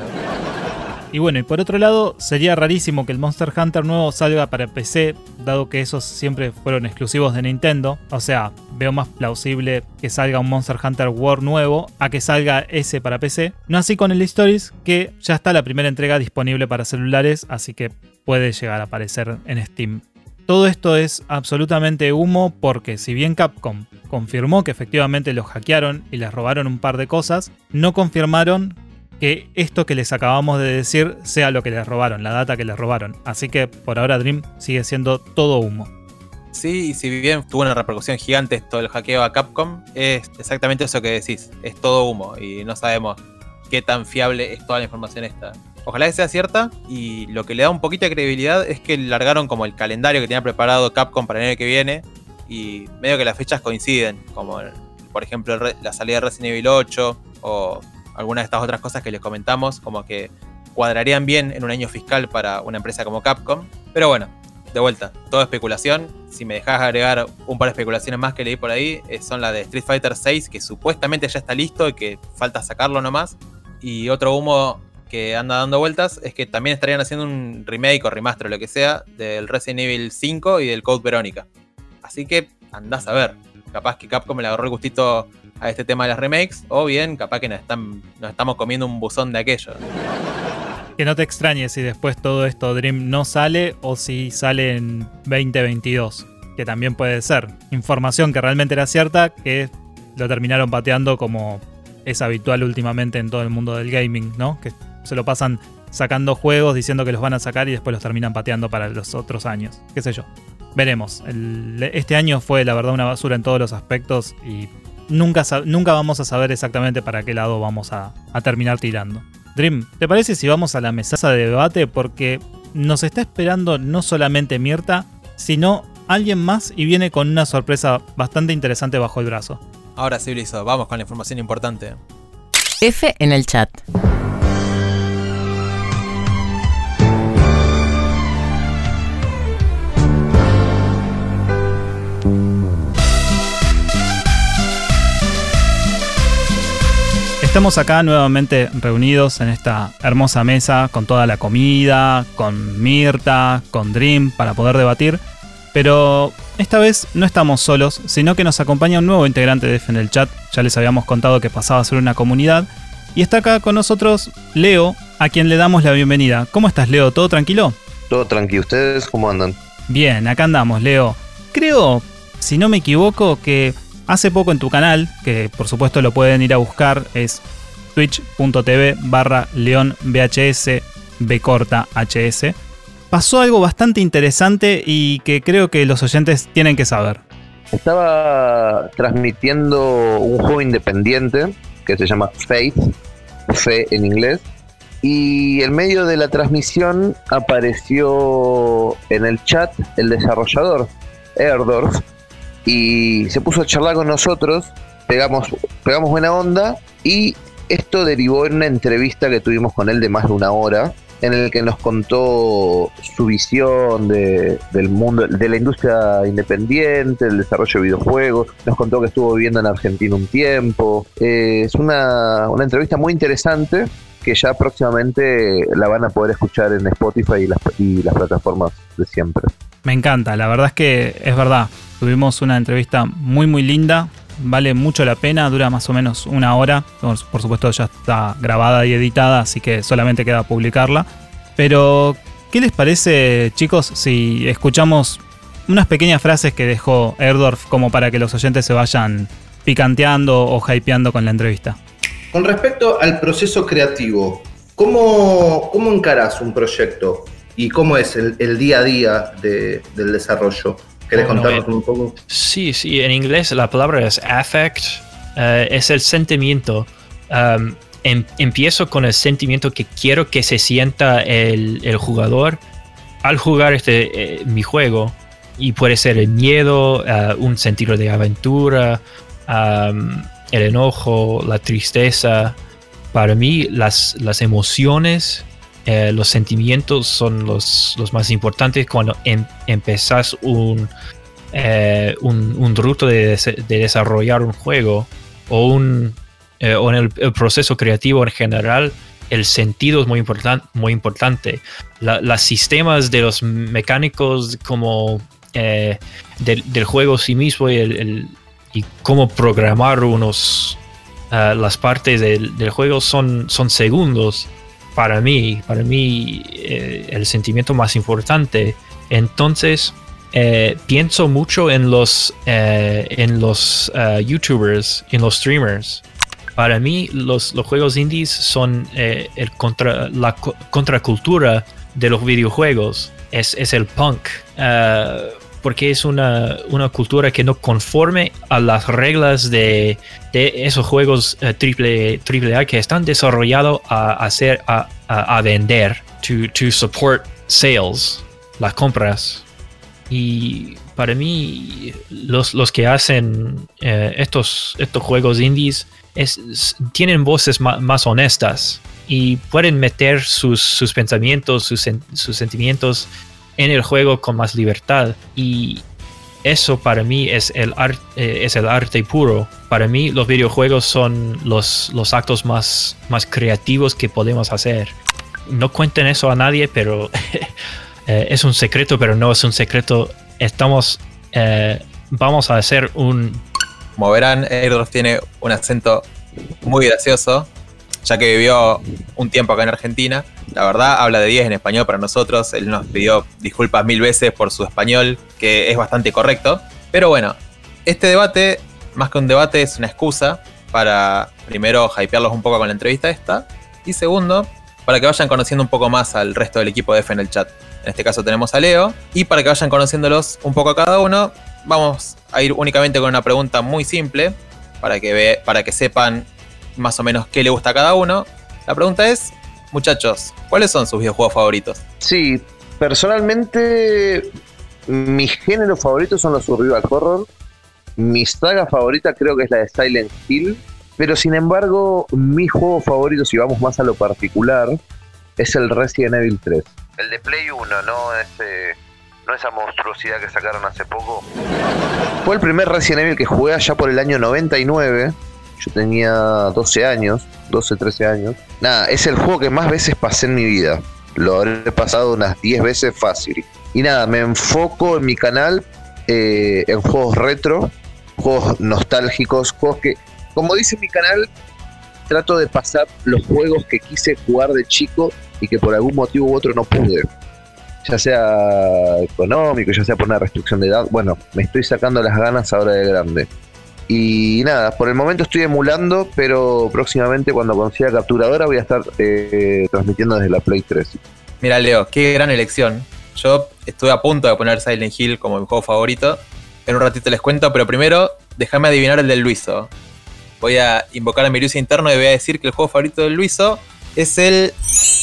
Y bueno, y por otro lado, sería rarísimo que el Monster Hunter nuevo salga para PC, dado que esos siempre fueron exclusivos de Nintendo. O sea, veo más plausible que salga un Monster Hunter World nuevo a que salga ese para PC. No así con el Stories, que ya está la primera entrega disponible para celulares, así que puede llegar a aparecer en Steam. Todo esto es absolutamente humo porque si bien Capcom confirmó que efectivamente los hackearon y les robaron un par de cosas, no confirmaron que esto que les acabamos de decir sea lo que les robaron, la data que les robaron. Así que por ahora Dream sigue siendo todo humo. Sí, y si bien tuvo una repercusión gigante esto del hackeo a Capcom, es exactamente eso que decís, es todo humo y no sabemos qué tan fiable es toda la información esta. Ojalá que sea cierta, y lo que le da un poquito de credibilidad es que largaron como el calendario que tenía preparado Capcom para el año que viene, y medio que las fechas coinciden, como por ejemplo la salida de Resident Evil 8 o algunas de estas otras cosas que les comentamos, como que cuadrarían bien en un año fiscal para una empresa como Capcom. Pero bueno, de vuelta, todo especulación. Si me dejás agregar un par de especulaciones más que leí por ahí, son la de Street Fighter 6, que supuestamente ya está listo y que falta sacarlo nomás. Y otro humo que anda dando vueltas es que también estarían haciendo un remake o remaster o lo que sea del Resident Evil 5 y del Code Verónica. Así que andás a ver. Capaz que Capcom le agarró el gustito a este tema de las remakes, o bien capaz que nos estamos comiendo un buzón de aquello. Que no te extrañes si después todo esto Dream no sale o si sale en 2022, que también puede ser. Información que realmente era cierta, que lo terminaron pateando como es habitual últimamente en todo el mundo del gaming, ¿no? Que se lo pasan sacando juegos diciendo que los van a sacar y después los terminan pateando para los otros años. Qué sé yo. Veremos. Este año fue la verdad una basura en todos los aspectos y nunca vamos a saber exactamente para qué lado vamos a terminar tirando. Dream, ¿te parece si vamos a la mesa de debate? Porque nos está esperando no solamente Mirta, sino alguien más y viene con una sorpresa bastante interesante bajo el brazo. Ahora sí, Blizo, vamos con la información importante. F en el chat. Estamos acá nuevamente reunidos en esta hermosa mesa con toda la comida, con Mirta, con Dream para poder debatir. Pero esta vez no estamos solos, sino que nos acompaña un nuevo integrante de F en el chat. Ya les habíamos contado que pasaba a ser una comunidad. Y está acá con nosotros Leo, a quien le damos la bienvenida. ¿Cómo estás, Leo? ¿Todo tranquilo? Todo tranquilo. ¿Ustedes cómo andan? Bien, acá andamos, Leo. Creo, si no me equivoco, que hace poco en tu canal, que por supuesto lo pueden ir a buscar, es twitch.tv/leonvhs, pasó algo bastante interesante y que creo que los oyentes tienen que saber. Estaba transmitiendo un juego independiente que se llama Faith, Fe en inglés, y en medio de la transmisión apareció en el chat el desarrollador, Erdorf, y se puso a charlar con nosotros, pegamos buena onda, y esto derivó en una entrevista que tuvimos con él de más de una hora, en el que nos contó su visión del mundo, de la industria independiente, del desarrollo de videojuegos. Nos contó que estuvo viviendo en Argentina un tiempo. Es una entrevista muy interesante que ya próximamente la van a poder escuchar en Spotify y las plataformas de siempre. Me encanta, la verdad es que es verdad. Tuvimos una entrevista muy muy linda. Vale mucho la pena, dura más o menos una hora. Por supuesto ya está grabada y editada, así que solamente queda publicarla. Pero, ¿qué les parece, chicos, si escuchamos unas pequeñas frases que dejó Erdorf como para que los oyentes se vayan picanteando o hypeando con la entrevista? Con respecto al proceso creativo, ¿cómo encarás un proyecto? ¿Y cómo es el día a día del desarrollo? ¿Querés contarnos un poco? Sí, en inglés la palabra es affect, es el sentimiento. Empiezo con el sentimiento que quiero que se sienta el jugador al jugar mi juego, y puede ser el miedo, un sentido de aventura, el enojo, la tristeza. Para mí las emociones, los sentimientos son los más importantes cuando empezás un ruto de desarrollar un juego o en el proceso creativo en general. El sentido es muy importante. Los sistemas de los mecánicos como del juego sí mismo y cómo programar las partes del juego son segundos. Para mí el sentimiento más importante. Entonces pienso mucho en los YouTubers, en los streamers. Para mí los juegos indies son la contracultura de los videojuegos. Es el punk, porque es una cultura que no conforme a las reglas de esos juegos triple A que están desarrollados a vender, to support sales, las compras. Y para mí los que hacen estos juegos indies tienen voces más honestas y pueden meter sus pensamientos, sus sentimientos en el juego con más libertad, y eso para mí es el arte puro. Para mí los videojuegos son los actos más creativos que podemos hacer. No cuenten eso a nadie, pero es un secreto, pero no es un secreto. Vamos a hacer Como verán, Erdorf tiene un acento muy gracioso, ya que vivió un tiempo acá en Argentina. La verdad, habla de 10 en español para nosotros. Él nos pidió disculpas 1000 veces por su español, que es bastante correcto. Pero bueno, este debate, más que un debate, es una excusa para, primero, hypearlos un poco con la entrevista esta, y segundo, para que vayan conociendo un poco más al resto del equipo de F en el chat. En este caso tenemos a Leo, y para que vayan conociéndolos un poco a cada uno, vamos a ir únicamente con una pregunta muy simple, para que sepan más o menos qué le gusta a cada uno. La pregunta es, muchachos, ¿cuáles son sus videojuegos favoritos? Sí, personalmente mis géneros favoritos son los survival horror. Mi saga favorita creo que es la de Silent Hill, pero sin embargo mi juego favorito, si vamos más a lo particular, es el Resident Evil 3. El de Play 1, no esa monstruosidad que sacaron hace poco. Fue el primer Resident Evil que jugué allá por el año 99. Yo tenía 12 años, 12, 13 años. Nada, es el juego que más veces pasé en mi vida. Lo habré pasado unas 10 veces fácil. Y nada, me enfoco en mi canal en juegos retro, juegos nostálgicos, juegos que, como dice mi canal, trato de pasar los juegos que quise jugar de chico y que por algún motivo u otro no pude. Ya sea económico, ya sea por una restricción de edad. Bueno, me estoy sacando las ganas ahora de grande. Y nada, por el momento estoy emulando, pero próximamente cuando consiga capturadora voy a estar transmitiendo desde la Play 3. Mira, Leo, qué gran elección. Yo estuve a punto de poner Silent Hill como mi juego favorito. En un ratito les cuento, pero primero déjame adivinar el del Luiso. Voy a invocar a mi Luiso interno y voy a decir que el juego favorito del Luiso es el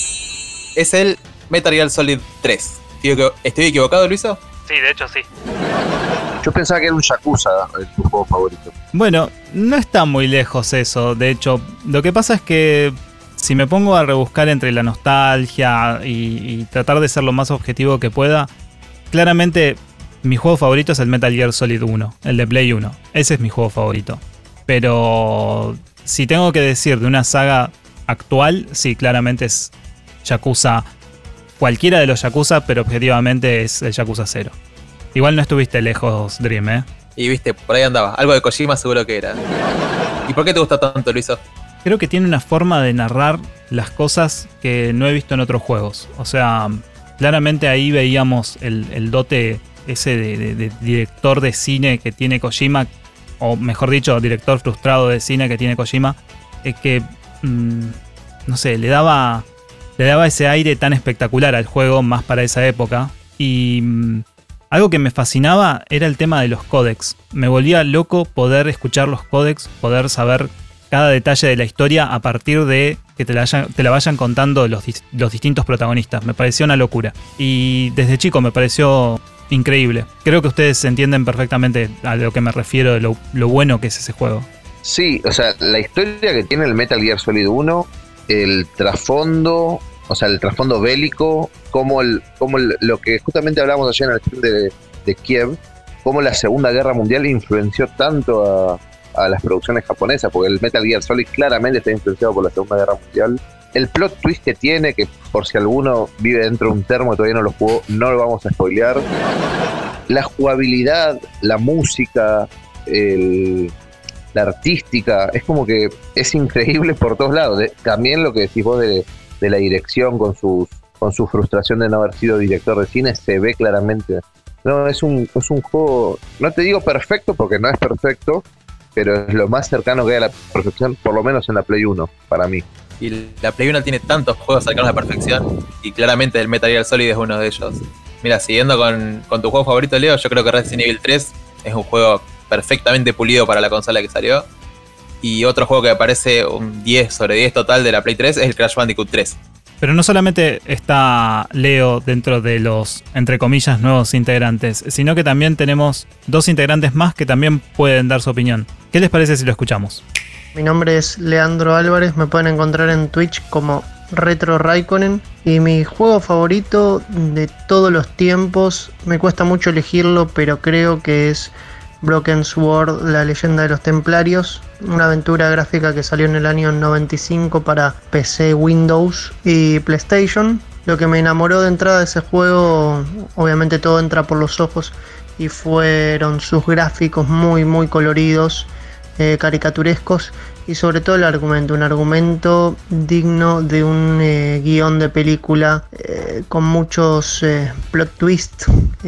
Metal Gear Solid 3. ¿Estoy equivocado, Luiso? Sí, de hecho sí. Yo pensaba que era un Yakuza tu juego favorito. Bueno, no está muy lejos eso. De hecho, lo que pasa es que si me pongo a rebuscar entre la nostalgia y tratar de ser lo más objetivo que pueda, claramente mi juego favorito es el Metal Gear Solid 1, el de Play 1. Ese es mi juego favorito. Pero si tengo que decir de una saga actual, sí, claramente es Yakuza. Cualquiera de los Yakuza, pero objetivamente es el Yakuza 0. Igual no estuviste lejos, Dream, ¿eh? Y viste, por ahí andaba. Algo de Kojima seguro que era. ¿Y por qué te gusta tanto, Luiso? Creo que tiene una forma de narrar las cosas que no he visto en otros juegos. O sea, claramente ahí veíamos el dote ese de director de cine que tiene Kojima, o mejor dicho, director frustrado de cine que tiene Kojima, que, no sé, le daba ese aire tan espectacular al juego, más para esa época. Y algo que me fascinaba era el tema de los códex. Me volvía loco poder escuchar los códex, poder saber cada detalle de la historia a partir de que te la vayan contando los distintos protagonistas. Me pareció una locura. Y desde chico me pareció increíble. Creo que ustedes entienden perfectamente a lo que me refiero de lo bueno que es ese juego. Sí, o sea, la historia que tiene el Metal Gear Solid 1, el trasfondo, o sea, el trasfondo bélico, como lo que justamente hablamos ayer en el stream de Kiev, cómo la Segunda Guerra Mundial influenció tanto a las producciones japonesas, porque el Metal Gear Solid claramente está influenciado por la Segunda Guerra Mundial. El plot twist que tiene, que por si alguno vive dentro de un termo y todavía no lo jugó, no lo vamos a spoilear. La jugabilidad, la música, la artística, es como que es increíble por todos lados. También lo que decís vos de la dirección con su frustración de no haber sido director de cine, se ve claramente. No, es un juego, no te digo perfecto porque no es perfecto, pero es lo más cercano que hay a la perfección, por lo menos en la Play 1, para mí. Y la Play 1 tiene tantos juegos cercanos a la perfección, y claramente el Metal Gear Solid es uno de ellos. Mira, siguiendo con tu juego favorito, Leo, yo creo que Resident Evil 3 es un juego perfectamente pulido para la consola que salió. Y otro juego que me parece un 10 sobre 10 total de la Play 3 es el Crash Bandicoot 3. Pero no solamente está Leo dentro de los, entre comillas, nuevos integrantes, sino que también tenemos dos integrantes más que también pueden dar su opinión. ¿Qué les parece si lo escuchamos? Mi nombre es Leandro Álvarez, me pueden encontrar en Twitch como Retro Raikkonen. Y mi juego favorito de todos los tiempos, me cuesta mucho elegirlo, pero creo que es Broken Sword, la leyenda de los templarios, una aventura gráfica que salió en el año 95 para PC, Windows y PlayStation. Lo que me enamoró de entrada de ese juego, obviamente todo entra por los ojos, y fueron sus gráficos muy muy coloridos, caricaturescos, y sobre todo el argumento, un argumento digno de un guión de película, con muchos plot twists,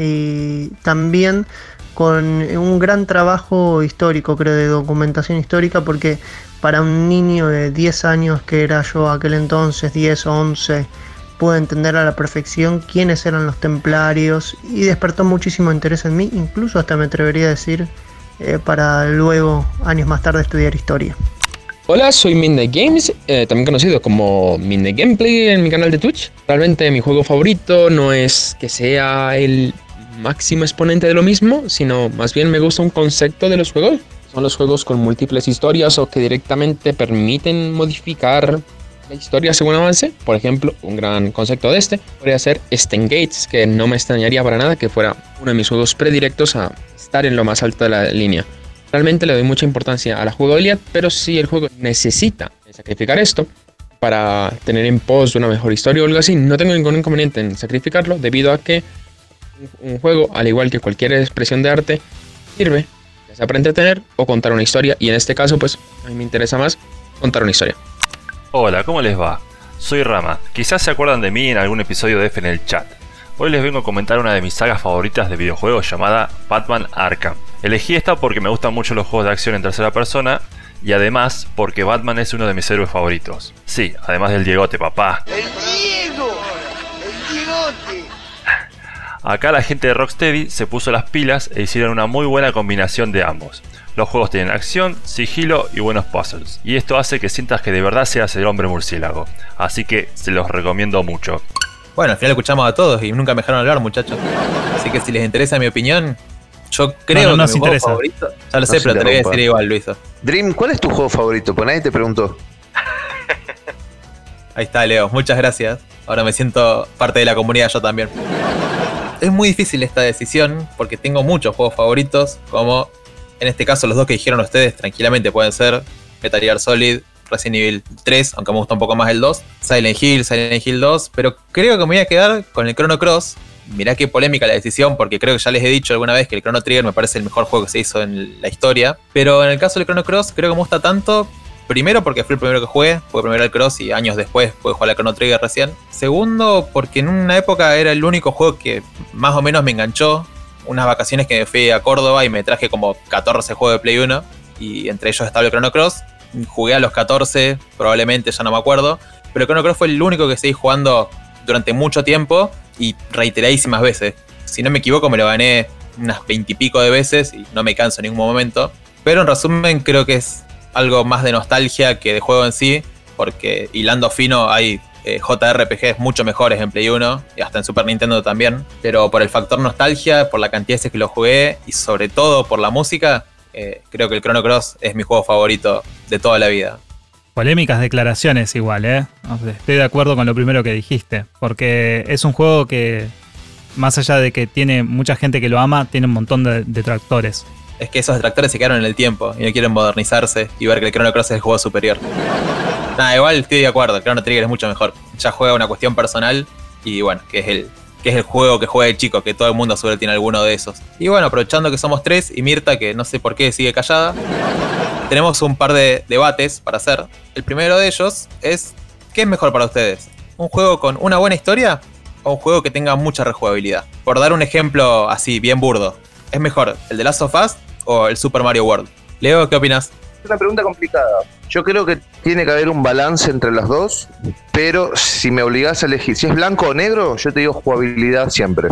y también con un gran trabajo histórico, creo, de documentación histórica, porque para un niño de 10 años, que era yo aquel entonces, 10 o 11, pude entender a la perfección quiénes eran los templarios, y despertó muchísimo interés en mí, incluso hasta me atrevería a decir, para luego, años más tarde, estudiar historia. Hola, soy Midnight Games, también conocido como Midnight Gameplay en mi canal de Twitch. Realmente mi juego favorito no es que sea el máximo exponente de lo mismo, sino más bien me gusta un concepto de los juegos. Son los juegos con múltiples historias o que directamente permiten modificar la historia según avance. Por ejemplo, un gran concepto de este podría ser Steins Gate, que no me extrañaría para nada que fuera uno de mis juegos predilectos a estar en lo más alto de la línea. realmente le doy mucha importancia a la jugabilidad, pero si el juego necesita sacrificar esto para tener en pos una mejor historia o algo así, no tengo ningún inconveniente en sacrificarlo, debido a que un juego, al igual que cualquier expresión de arte, sirve ya sea para entretener o contar una historia, y en este caso pues a mí me interesa más contar una historia. Hola, ¿cómo les va? Soy Rama. Quizás se acuerdan de mí en algún episodio de F en el chat. Hoy les vengo a comentar una de mis sagas favoritas de videojuegos llamada Batman Arkham. Elegí esta porque me gustan mucho los juegos de acción en tercera persona y además porque Batman es uno de mis héroes favoritos. Sí, además del Diegote, papá. ¡El Diego! ¡El Diegote! Acá la gente de Rocksteady se puso las pilas e hicieron una muy buena combinación de ambos. Los juegos tienen acción, sigilo y buenos puzzles, y esto hace que sientas que de verdad seas el hombre murciélago, así que se los recomiendo mucho. Bueno, al final escuchamos a todos y nunca me dejaron hablar, muchachos. Así que si les interesa mi opinión, yo creo no que mi juego favorito... Ya lo sé, pero te lo voy a decir igual, Luiso. Dream, ¿cuál es tu juego favorito? Pues nadie te preguntó. Ahí está, Leo, muchas gracias. Ahora me siento parte de la comunidad yo también. Es muy difícil esta decisión porque tengo muchos juegos favoritos, como en este caso los dos que dijeron ustedes tranquilamente pueden ser Metal Gear Solid, Resident Evil 3, aunque me gusta un poco más el 2, Silent Hill 2, pero creo que me voy a quedar con el Chrono Cross. Mirá qué polémica la decisión, porque creo que ya les he dicho alguna vez que el Chrono Trigger me parece el mejor juego que se hizo en la historia, pero en el caso del Chrono Cross creo que me gusta tanto. Primero porque fue el primero que jugué primero el Cross y años después pude jugar al Chrono Trigger recién. Segundo porque en una época era el único juego que más o menos me enganchó. Unas vacaciones que me fui a Córdoba y me traje como 14 juegos de Play 1 y entre ellos estaba el Chrono Cross. Jugué a los 14, probablemente, ya no me acuerdo, pero el Chrono Cross fue el único que seguí jugando durante mucho tiempo y reiteradísimas veces. Si no me equivoco me lo gané unas 20 y pico de veces y no me canso en ningún momento. Pero en resumen creo que es algo más de nostalgia que de juego en sí, porque hilando fino hay JRPGs mucho mejores en Play 1 y hasta en Super Nintendo también, pero por el factor nostalgia, por la cantidad de veces que lo jugué y sobre todo por la música, creo que el Chrono Cross es mi juego favorito de toda la vida. Polémicas declaraciones igual, ¿eh? Estoy de acuerdo con lo primero que dijiste, porque es un juego que, más allá de que tiene mucha gente que lo ama, tiene un montón de detractores. Es que esos detractores se quedaron en el tiempo y no quieren modernizarse y ver que el Chrono Cross es el juego superior. Nada, igual estoy de acuerdo, el Chrono Trigger es mucho mejor. Ya juega una cuestión personal y bueno, que es el juego que juega el chico, que todo el mundo seguro tiene alguno de esos. Y bueno, aprovechando que somos tres y Mirta, que no sé por qué sigue callada, tenemos un par de debates para hacer. El primero de ellos es, ¿qué es mejor para ustedes? ¿Un juego con una buena historia o un juego que tenga mucha rejugabilidad? Por dar un ejemplo así, bien burdo, ¿es mejor el de Last of Us o el Super Mario World? Leo, ¿qué opinas? Es una pregunta complicada. Yo creo que tiene que haber un balance entre las dos, pero si me obligás a elegir, si es blanco o negro, yo te digo jugabilidad siempre.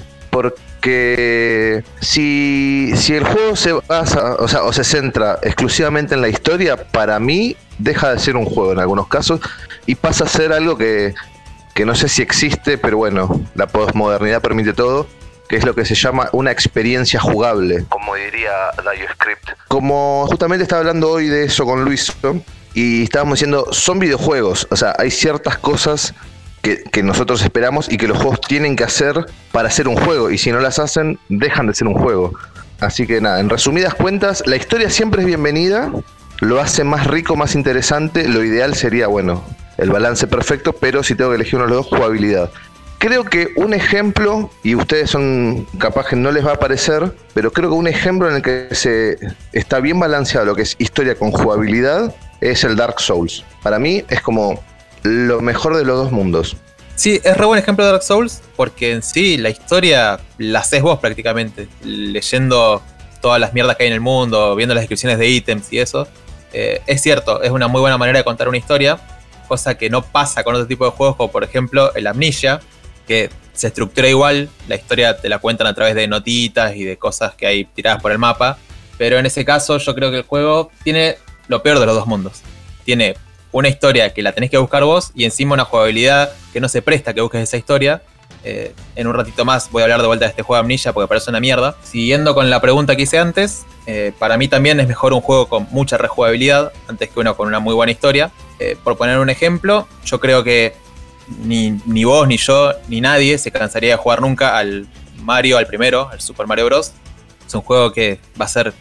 Porque si el juego se basa, o se centra exclusivamente en la historia, para mí deja de ser un juego en algunos casos y pasa a ser algo que no sé si existe, pero bueno, la posmodernidad permite todo, que es lo que se llama una experiencia jugable, como diría DioScript. Como justamente estaba hablando hoy de eso con Luis, ¿no? Y estábamos diciendo, son videojuegos, o sea, hay ciertas cosas que nosotros esperamos y que los juegos tienen que hacer para ser un juego, y si no las hacen, dejan de ser un juego. Así que nada, en resumidas cuentas, la historia siempre es bienvenida, lo hace más rico, más interesante. Lo ideal sería, bueno, el balance perfecto, pero si tengo que elegir uno de los dos, jugabilidad. Creo que un ejemplo, y ustedes son capaz que no les va a parecer, pero creo que un ejemplo en el que está bien balanceado lo que es historia con jugabilidad es el Dark Souls. Para mí es como lo mejor de los dos mundos. Sí, es re buen ejemplo de Dark Souls, porque en sí la historia la haces vos prácticamente, leyendo todas las mierdas que hay en el mundo, viendo las descripciones de ítems y eso. Es cierto, es una muy buena manera de contar una historia, cosa que no pasa con otro tipo de juegos, como por ejemplo el Amnesia, que se estructura igual, la historia te la cuentan a través de notitas y de cosas que hay tiradas por el mapa, pero en ese caso yo creo que el juego tiene lo peor de los dos mundos. Tiene una historia que la tenés que buscar vos y encima una jugabilidad que no se presta a que busques esa historia. En un ratito más voy a hablar de vuelta de este juego Amnesia porque parece una mierda. Siguiendo con la pregunta que hice antes, para mí también es mejor un juego con mucha rejugabilidad antes que uno con una muy buena historia. Por poner un ejemplo, yo creo que ni vos, ni yo, ni nadie se cansaría de jugar nunca al Mario, al primero, al Super Mario Bros. Es un juego que va a ser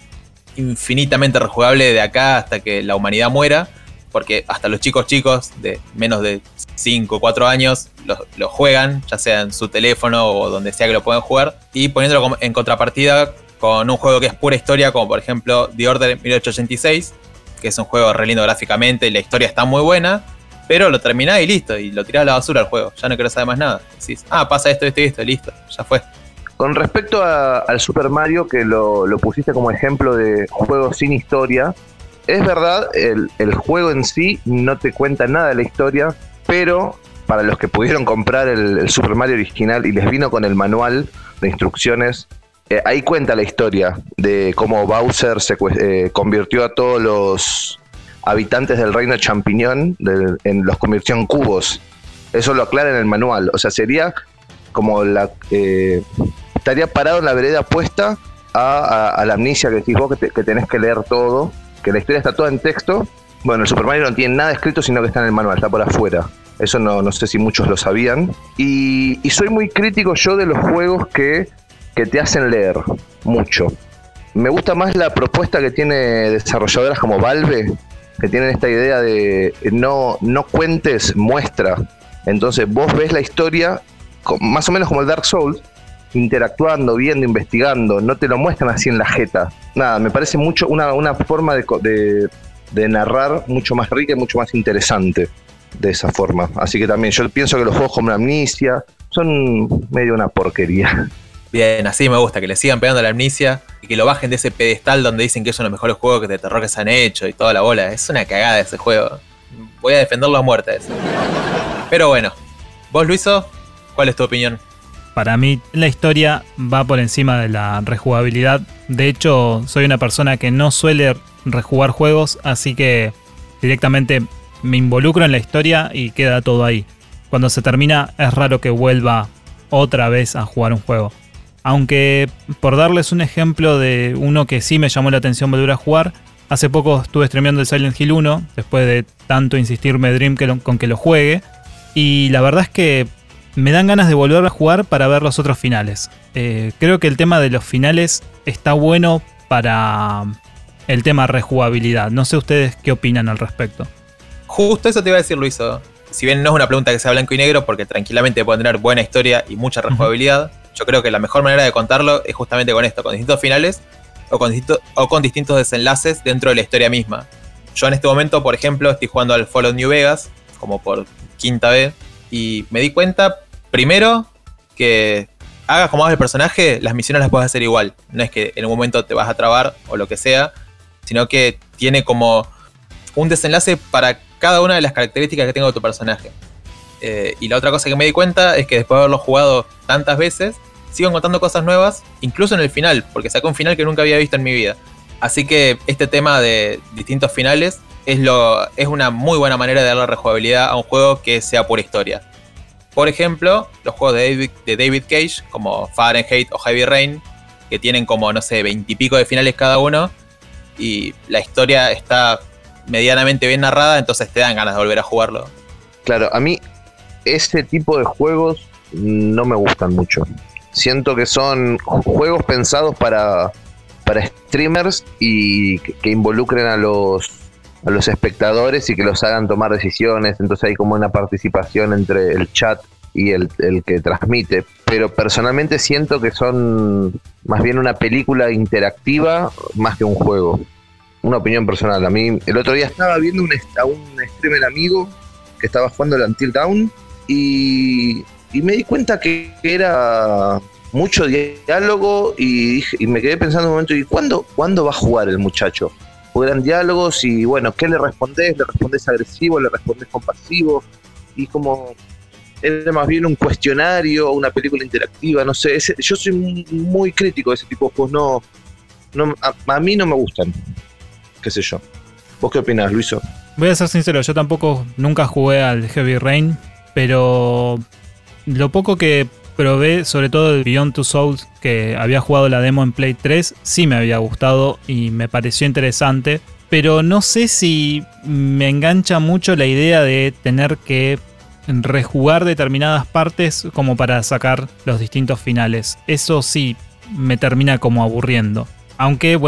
infinitamente rejugable de acá hasta que la humanidad muera, porque hasta los chicos de menos de 5 o 4 años lo juegan, ya sea en su teléfono o donde sea que lo puedan jugar, y poniéndolo en contrapartida con un juego que es pura historia, como por ejemplo The Order 1886, que es un juego re lindo gráficamente y la historia está muy buena, pero lo terminás y listo, y lo tirás a la basura al juego, ya no quiero saber más nada. Decís, pasa esto, listo, ya fue. Con respecto al Super Mario, que lo pusiste como ejemplo de juego sin historia, es verdad, el juego en sí no te cuenta nada de la historia, pero para los que pudieron comprar el Super Mario original y les vino con el manual de instrucciones, ahí cuenta la historia de cómo Bowser se convirtió a todos los habitantes del reino champiñón, los convirtió en cubos. Eso lo aclara en el manual. O sea, sería como estaría parado en la vereda opuesta a la amnesia que decís vos, que tenés que leer todo, que la historia está toda en texto. Bueno, el Super Mario no tiene nada escrito, sino que está en el manual, está por afuera. Eso no sé si muchos lo sabían. Y soy muy crítico yo de los juegos que te hacen leer mucho. Me gusta más la propuesta que tiene desarrolladoras como Valve, que tienen esta idea de no cuentes, muestra. Entonces vos ves la historia más o menos como el Dark Souls, interactuando, viendo, investigando, no te lo muestran así en la jeta. Nada, me parece mucho una forma de narrar mucho más rica y mucho más interesante de esa forma. Así que también yo pienso que los juegos como Amnesia son medio una porquería. Bien, así me gusta, que le sigan pegando a la Amnesia y que lo bajen de ese pedestal donde dicen que es uno de los mejores juegos de terror que se han hecho y toda la bola. Es una cagada ese juego. Voy a defenderlo a muerte ese. Pero bueno, vos, Luiso, ¿cuál es tu opinión? Para mí la historia va por encima de la rejugabilidad. De hecho, soy una persona que no suele rejugar juegos, así que directamente me involucro en la historia y queda todo ahí. Cuando se termina es raro que vuelva otra vez a jugar un juego. Aunque, por darles un ejemplo de uno que sí me llamó la atención volver a jugar, hace poco estuve streameando el Silent Hill 1, después de tanto insistirme Dream con que lo juegue, y la verdad es que me dan ganas de volver a jugar para ver los otros finales. Creo que el tema de los finales está bueno para el tema rejugabilidad. No sé ustedes qué opinan al respecto. Justo eso te iba a decir, Luiso. Si bien no es una pregunta que sea blanco y negro, porque tranquilamente pueden tener buena historia y mucha rejugabilidad, yo creo que la mejor manera de contarlo es justamente con esto, con distintos finales o con distintos desenlaces dentro de la historia misma. Yo en este momento, por ejemplo, estoy jugando al Fallout New Vegas, como por quinta vez, y me di cuenta, primero, que hagas como hagas el personaje, las misiones las puedes hacer igual. No es que en un momento te vas a trabar o lo que sea, sino que tiene como un desenlace para cada una de las características que tenga tu personaje. Y la otra cosa que me di cuenta es que después de haberlo jugado tantas veces, sigo encontrando cosas nuevas, incluso en el final, porque sacó un final que nunca había visto en mi vida. Así que este tema de distintos finales es una muy buena manera de darle rejugabilidad a un juego que sea pura historia. Por ejemplo, los juegos de David Cage, como Fahrenheit o Heavy Rain, que tienen como, no sé, 20 y pico de finales cada uno, y la historia está medianamente bien narrada, entonces te dan ganas de volver a jugarlo. Claro, a mí ese tipo de juegos no me gustan mucho. Siento que son juegos pensados para streamers y que involucren a los espectadores y que los hagan tomar decisiones. Entonces hay como una participación entre el chat y el que transmite. Pero personalmente siento que son más bien una película interactiva más que un juego. Una opinión personal. A mí, el otro día estaba viendo a un streamer amigo que estaba jugando el Until Dawn y me di cuenta que era mucho diálogo y me quedé pensando un momento, ¿y cuándo va a jugar el muchacho? Porque eran diálogos y bueno, ¿qué le respondés? ¿Le respondés agresivo? ¿Le respondés compasivo? Y como era más bien un cuestionario, una película interactiva, no sé. Yo soy muy crítico de ese tipo de juegos. A mí no me gustan. Qué sé yo. ¿Vos qué opinás, Luiso? Voy a ser sincero, yo tampoco nunca jugué al Heavy Rain, pero lo poco que probé, sobre todo el Beyond Two Souls, que había jugado la demo en Play 3, sí me había gustado y me pareció interesante, pero no sé si me engancha mucho la idea de tener que rejugar determinadas partes como para sacar los distintos finales. Eso sí me termina como aburriendo. Aunque, bueno,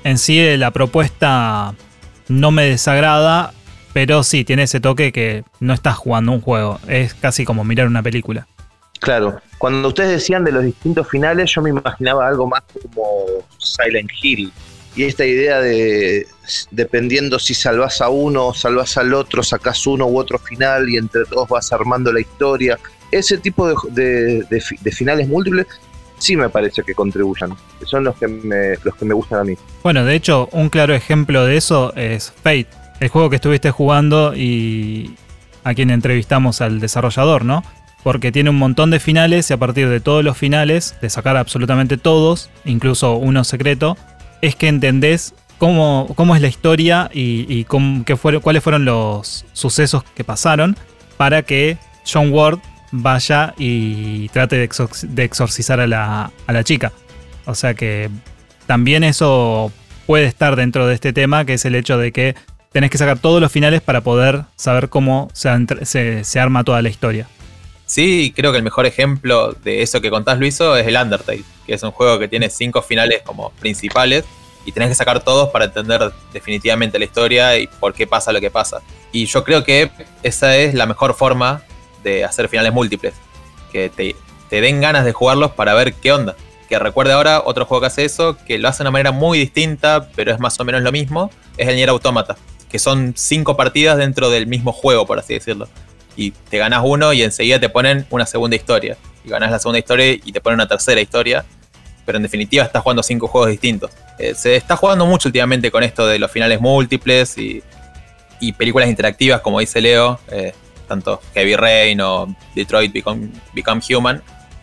En sí la propuesta no me desagrada, pero sí tiene ese toque que no estás jugando un juego, es casi como mirar una película. Claro, cuando ustedes decían de los distintos finales, yo me imaginaba algo más como Silent Hill. Y esta idea de, dependiendo si salvás a uno o salvás al otro, sacás uno u otro final y entre todos vas armando la historia. Ese tipo de finales múltiples sí me parece que contribuyan. Son los que me gustan a mí. Bueno, de hecho, un claro ejemplo de eso es Fate, el juego que estuviste jugando y a quien entrevistamos al desarrollador, ¿no? Porque tiene un montón de finales y a partir de todos los finales, de sacar absolutamente todos, incluso uno secreto, es que entendés cómo es la historia y cuáles fueron los sucesos que pasaron para que John Ward vaya y trate de exorcizar a la chica. O sea que también eso puede estar dentro de este tema, que es el hecho de que tenés que sacar todos los finales para poder saber cómo se arma toda la historia. Sí, creo que el mejor ejemplo de eso que contás, Luiso, es el Undertale, que es un juego que tiene 5 finales como principales y tenés que sacar todos para entender definitivamente la historia y por qué pasa lo que pasa. Y yo creo que esa es la mejor forma de hacer finales múltiples, que te den ganas de jugarlos para ver qué onda. Que recuerde ahora otro juego que hace eso, que lo hace de una manera muy distinta, pero es más o menos lo mismo, es el Nier Automata, que son 5 partidas dentro del mismo juego, por así decirlo. Y te ganás uno y enseguida te ponen una segunda historia. Y ganás la segunda historia y te ponen una tercera historia. Pero en definitiva estás jugando 5 juegos distintos. Se está jugando mucho últimamente con esto de los finales múltiples y películas interactivas, como dice Leo. Tanto Heavy Rain o Detroit Become Human.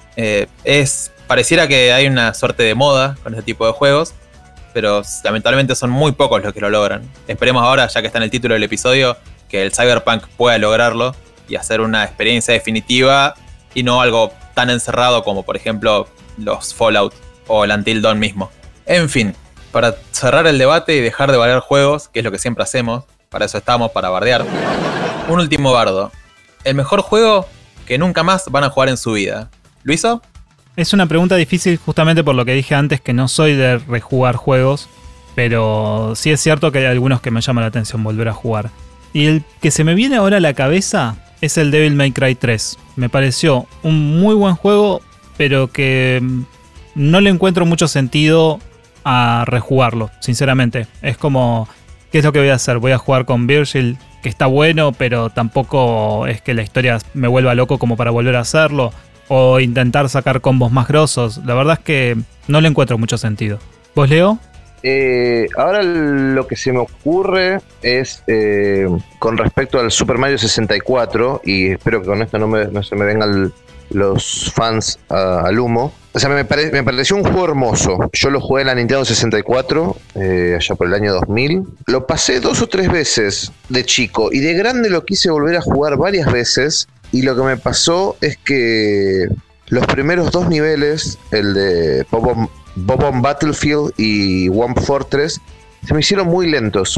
Pareciera que hay una suerte de moda con este tipo de juegos. Pero lamentablemente son muy pocos los que lo logran. Esperemos ahora, ya que está en el título del episodio, que el Cyberpunk pueda lograrlo y hacer una experiencia definitiva y no algo tan encerrado como por ejemplo los Fallout o el Until Dawn mismo. En fin, para cerrar el debate y dejar de bardear juegos, que es lo que siempre hacemos, para eso estamos, para bardear, un último bardo. El mejor juego que nunca más van a jugar en su vida. ¿Luiso? Es una pregunta difícil justamente por lo que dije antes, que no soy de rejugar juegos, pero sí es cierto que hay algunos que me llaman la atención volver a jugar. Y el que se me viene ahora a la cabeza es el Devil May Cry 3. Me pareció un muy buen juego, pero que no le encuentro mucho sentido a rejugarlo, sinceramente. Es como, ¿qué es lo que voy a hacer? Voy a jugar con Virgil, que está bueno, pero tampoco es que la historia me vuelva loco como para volver a hacerlo. O intentar sacar combos más grosos. La verdad es que no le encuentro mucho sentido. ¿Vos, Leo? Ahora lo que se me ocurre es con respecto al Super Mario 64, y espero que con esto no se me vengan los fans al humo. O sea, me pareció un juego hermoso. Yo lo jugué en la Nintendo 64, allá por el año 2000. Lo pasé 2 o 3 veces de chico, y de grande lo quise volver a jugar varias veces. Y lo que me pasó es que los primeros 2 niveles, el de Bob-omb Battlefield y One Fortress, se me hicieron muy lentos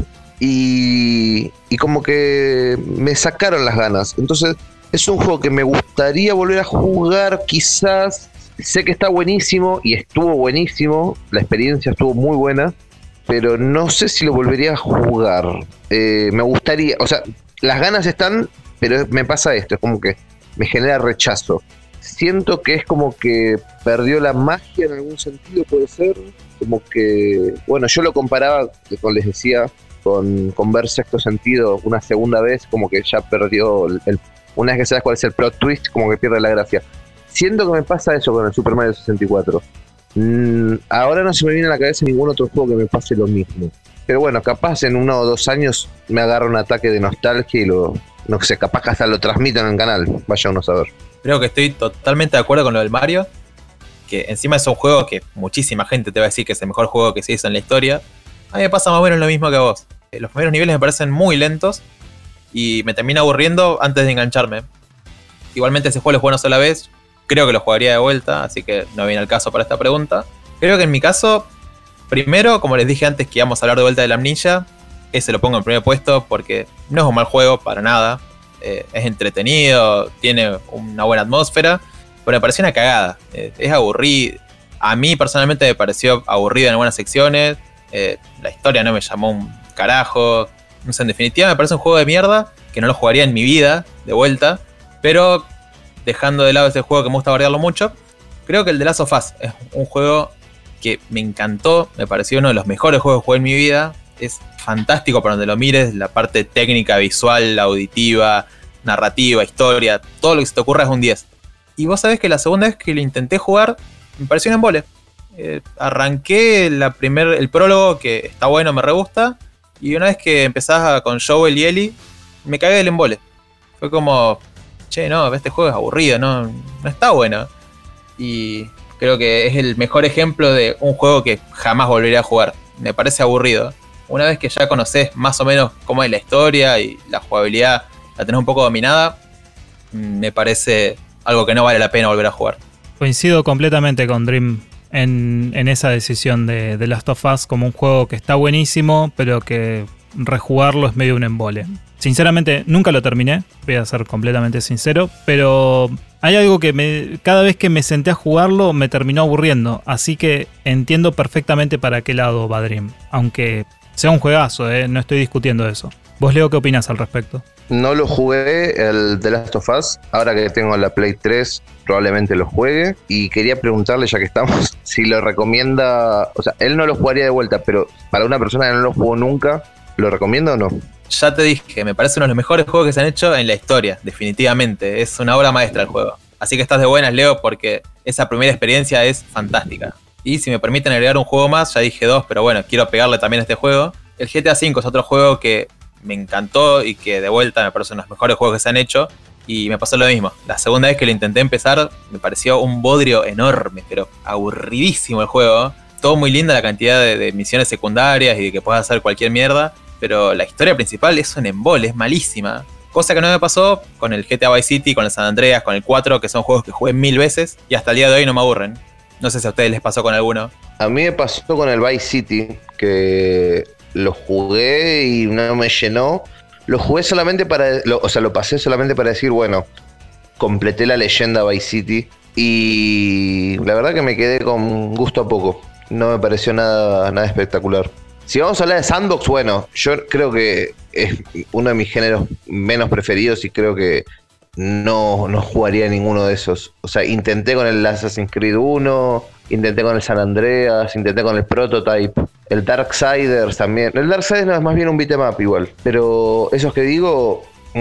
y como que me sacaron las ganas. Entonces es un juego que me gustaría volver a jugar, quizás. Sé que está buenísimo y estuvo buenísimo, la experiencia estuvo muy buena, pero no sé si lo volvería a jugar. Me gustaría, o sea, las ganas están, pero me pasa esto, es como que me genera rechazo. Siento que es como que perdió la magia en algún sentido, puede ser. Como que, bueno, yo lo comparaba, como les decía, con ver Sexto Sentido una segunda vez, como que ya perdió una vez que sabes cuál es el plot twist, como que pierde la gracia. Siento que me pasa eso con el Super Mario 64. Ahora no se me viene a la cabeza ningún otro juego que me pase lo mismo. Pero bueno, capaz en 1 o 2 años me agarra un ataque de nostalgia y no sé, capaz que hasta lo transmitan en el canal, vaya uno a saber. Creo que estoy totalmente de acuerdo con lo del Mario, que encima es un juego que muchísima gente te va a decir que es el mejor juego que se hizo en la historia. A mí me pasa más o menos lo mismo que a vos. Los primeros niveles me parecen muy lentos y me termina aburriendo antes de engancharme. Igualmente ese juego lo jugué una sola vez, creo que lo jugaría de vuelta, así que no viene al caso para esta pregunta. Creo que en mi caso, primero, como les dije antes que íbamos a hablar de vuelta del Amnesia, ese lo pongo en primer puesto porque no es un mal juego para nada. Es entretenido, tiene una buena atmósfera, pero me pareció una cagada. Es aburrido. A mí personalmente me pareció aburrido en algunas secciones. La historia no me llamó un carajo. No sé, en definitiva me parece un juego de mierda que no lo jugaría en mi vida de vuelta. Pero dejando de lado ese juego que me gusta variarlo mucho, creo que el The Last of Us es un juego que me encantó. Me pareció uno de los mejores juegos que jugué en mi vida. Es fantástico para donde lo mires. La parte técnica, visual, auditiva, narrativa, historia, todo lo que se te ocurra es un 10. Y vos sabés que la segunda vez que lo intenté jugar me pareció un embole. Arranqué el prólogo, que está bueno, me re gusta, y una vez que empezás con Joel y Ellie, me cagué del embole. Fue como, che, no, este juego es aburrido, no está bueno. Y creo que es el mejor ejemplo de un juego que jamás volvería a jugar. Me parece aburrido. Una vez que ya conocés más o menos cómo es la historia y la jugabilidad, la tenés un poco dominada, me parece algo que no vale la pena volver a jugar. Coincido completamente con Dream en esa decisión de The Last of Us como un juego que está buenísimo, pero que rejugarlo es medio un embole. Sinceramente, nunca lo terminé, voy a ser completamente sincero, pero hay algo que cada vez que me senté a jugarlo me terminó aburriendo, así que entiendo perfectamente para qué lado va Dream, aunque sea un juegazo, no estoy discutiendo eso. ¿Vos, Leo, qué opinás al respecto? No lo jugué, el The Last of Us. Ahora que tengo la Play 3, probablemente lo juegue. Y quería preguntarle, ya que estamos, si lo recomienda. O sea, él no lo jugaría de vuelta, pero para una persona que no lo jugó nunca, ¿lo recomienda o no? Ya te dije, me parece uno de los mejores juegos que se han hecho en la historia, definitivamente. Es una obra maestra el juego. Así que estás de buenas, Leo, porque esa primera experiencia es fantástica. Y si me permiten agregar un juego más, ya dije 2, pero bueno, quiero pegarle también a este juego. El GTA V es otro juego que me encantó y que de vuelta me parece uno de los mejores juegos que se han hecho. Y me pasó lo mismo. La segunda vez que lo intenté empezar, me pareció un bodrio enorme, pero aburridísimo el juego. Todo muy linda, la cantidad de misiones secundarias y de que puedas hacer cualquier mierda. Pero la historia principal es un embole, es malísima. Cosa que no me pasó con el GTA Vice City, con el San Andreas, con el 4, que son juegos que jugué 1000 veces y hasta el día de hoy no me aburren. No sé si a ustedes les pasó con alguno. A mí me pasó con el Vice City, que lo jugué y no me llenó. Lo jugué solamente lo pasé solamente para decir, bueno, completé la leyenda Vice City. Y la verdad que me quedé con gusto a poco. No me pareció nada espectacular. Si vamos a hablar de sandbox, bueno, yo creo que es uno de mis géneros menos preferidos y creo que no jugaría ninguno de esos. O sea, intenté con el Assassin's Creed 1, intenté con el San Andreas, intenté con el Prototype, el Darksiders también. El Darksiders no, es más bien un beat'em up igual, pero esos que digo,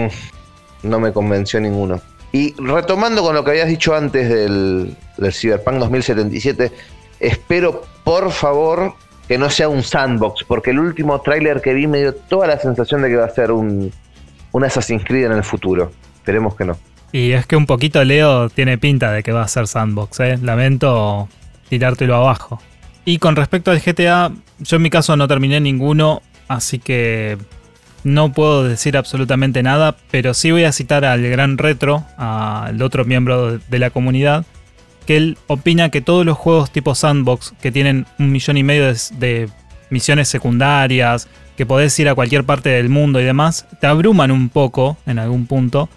no me convenció ninguno. Y retomando con lo que habías dicho antes del Cyberpunk 2077, espero por favor que no sea un sandbox, porque el último tráiler que vi me dio toda la sensación de que va a ser un Assassin's Creed en el futuro. Esperemos que no. Y es que un poquito Leo tiene pinta de que va a ser sandbox, Lamento tirártelo abajo. Y con respecto al GTA, yo en mi caso no terminé ninguno, así que no puedo decir absolutamente nada, pero sí voy a citar al Gran Retro, al otro miembro de la comunidad, que él opina que todos los juegos tipo sandbox, que tienen 1,5 millones de misiones secundarias, que podés ir a cualquier parte del mundo y demás, te abruman un poco en algún punto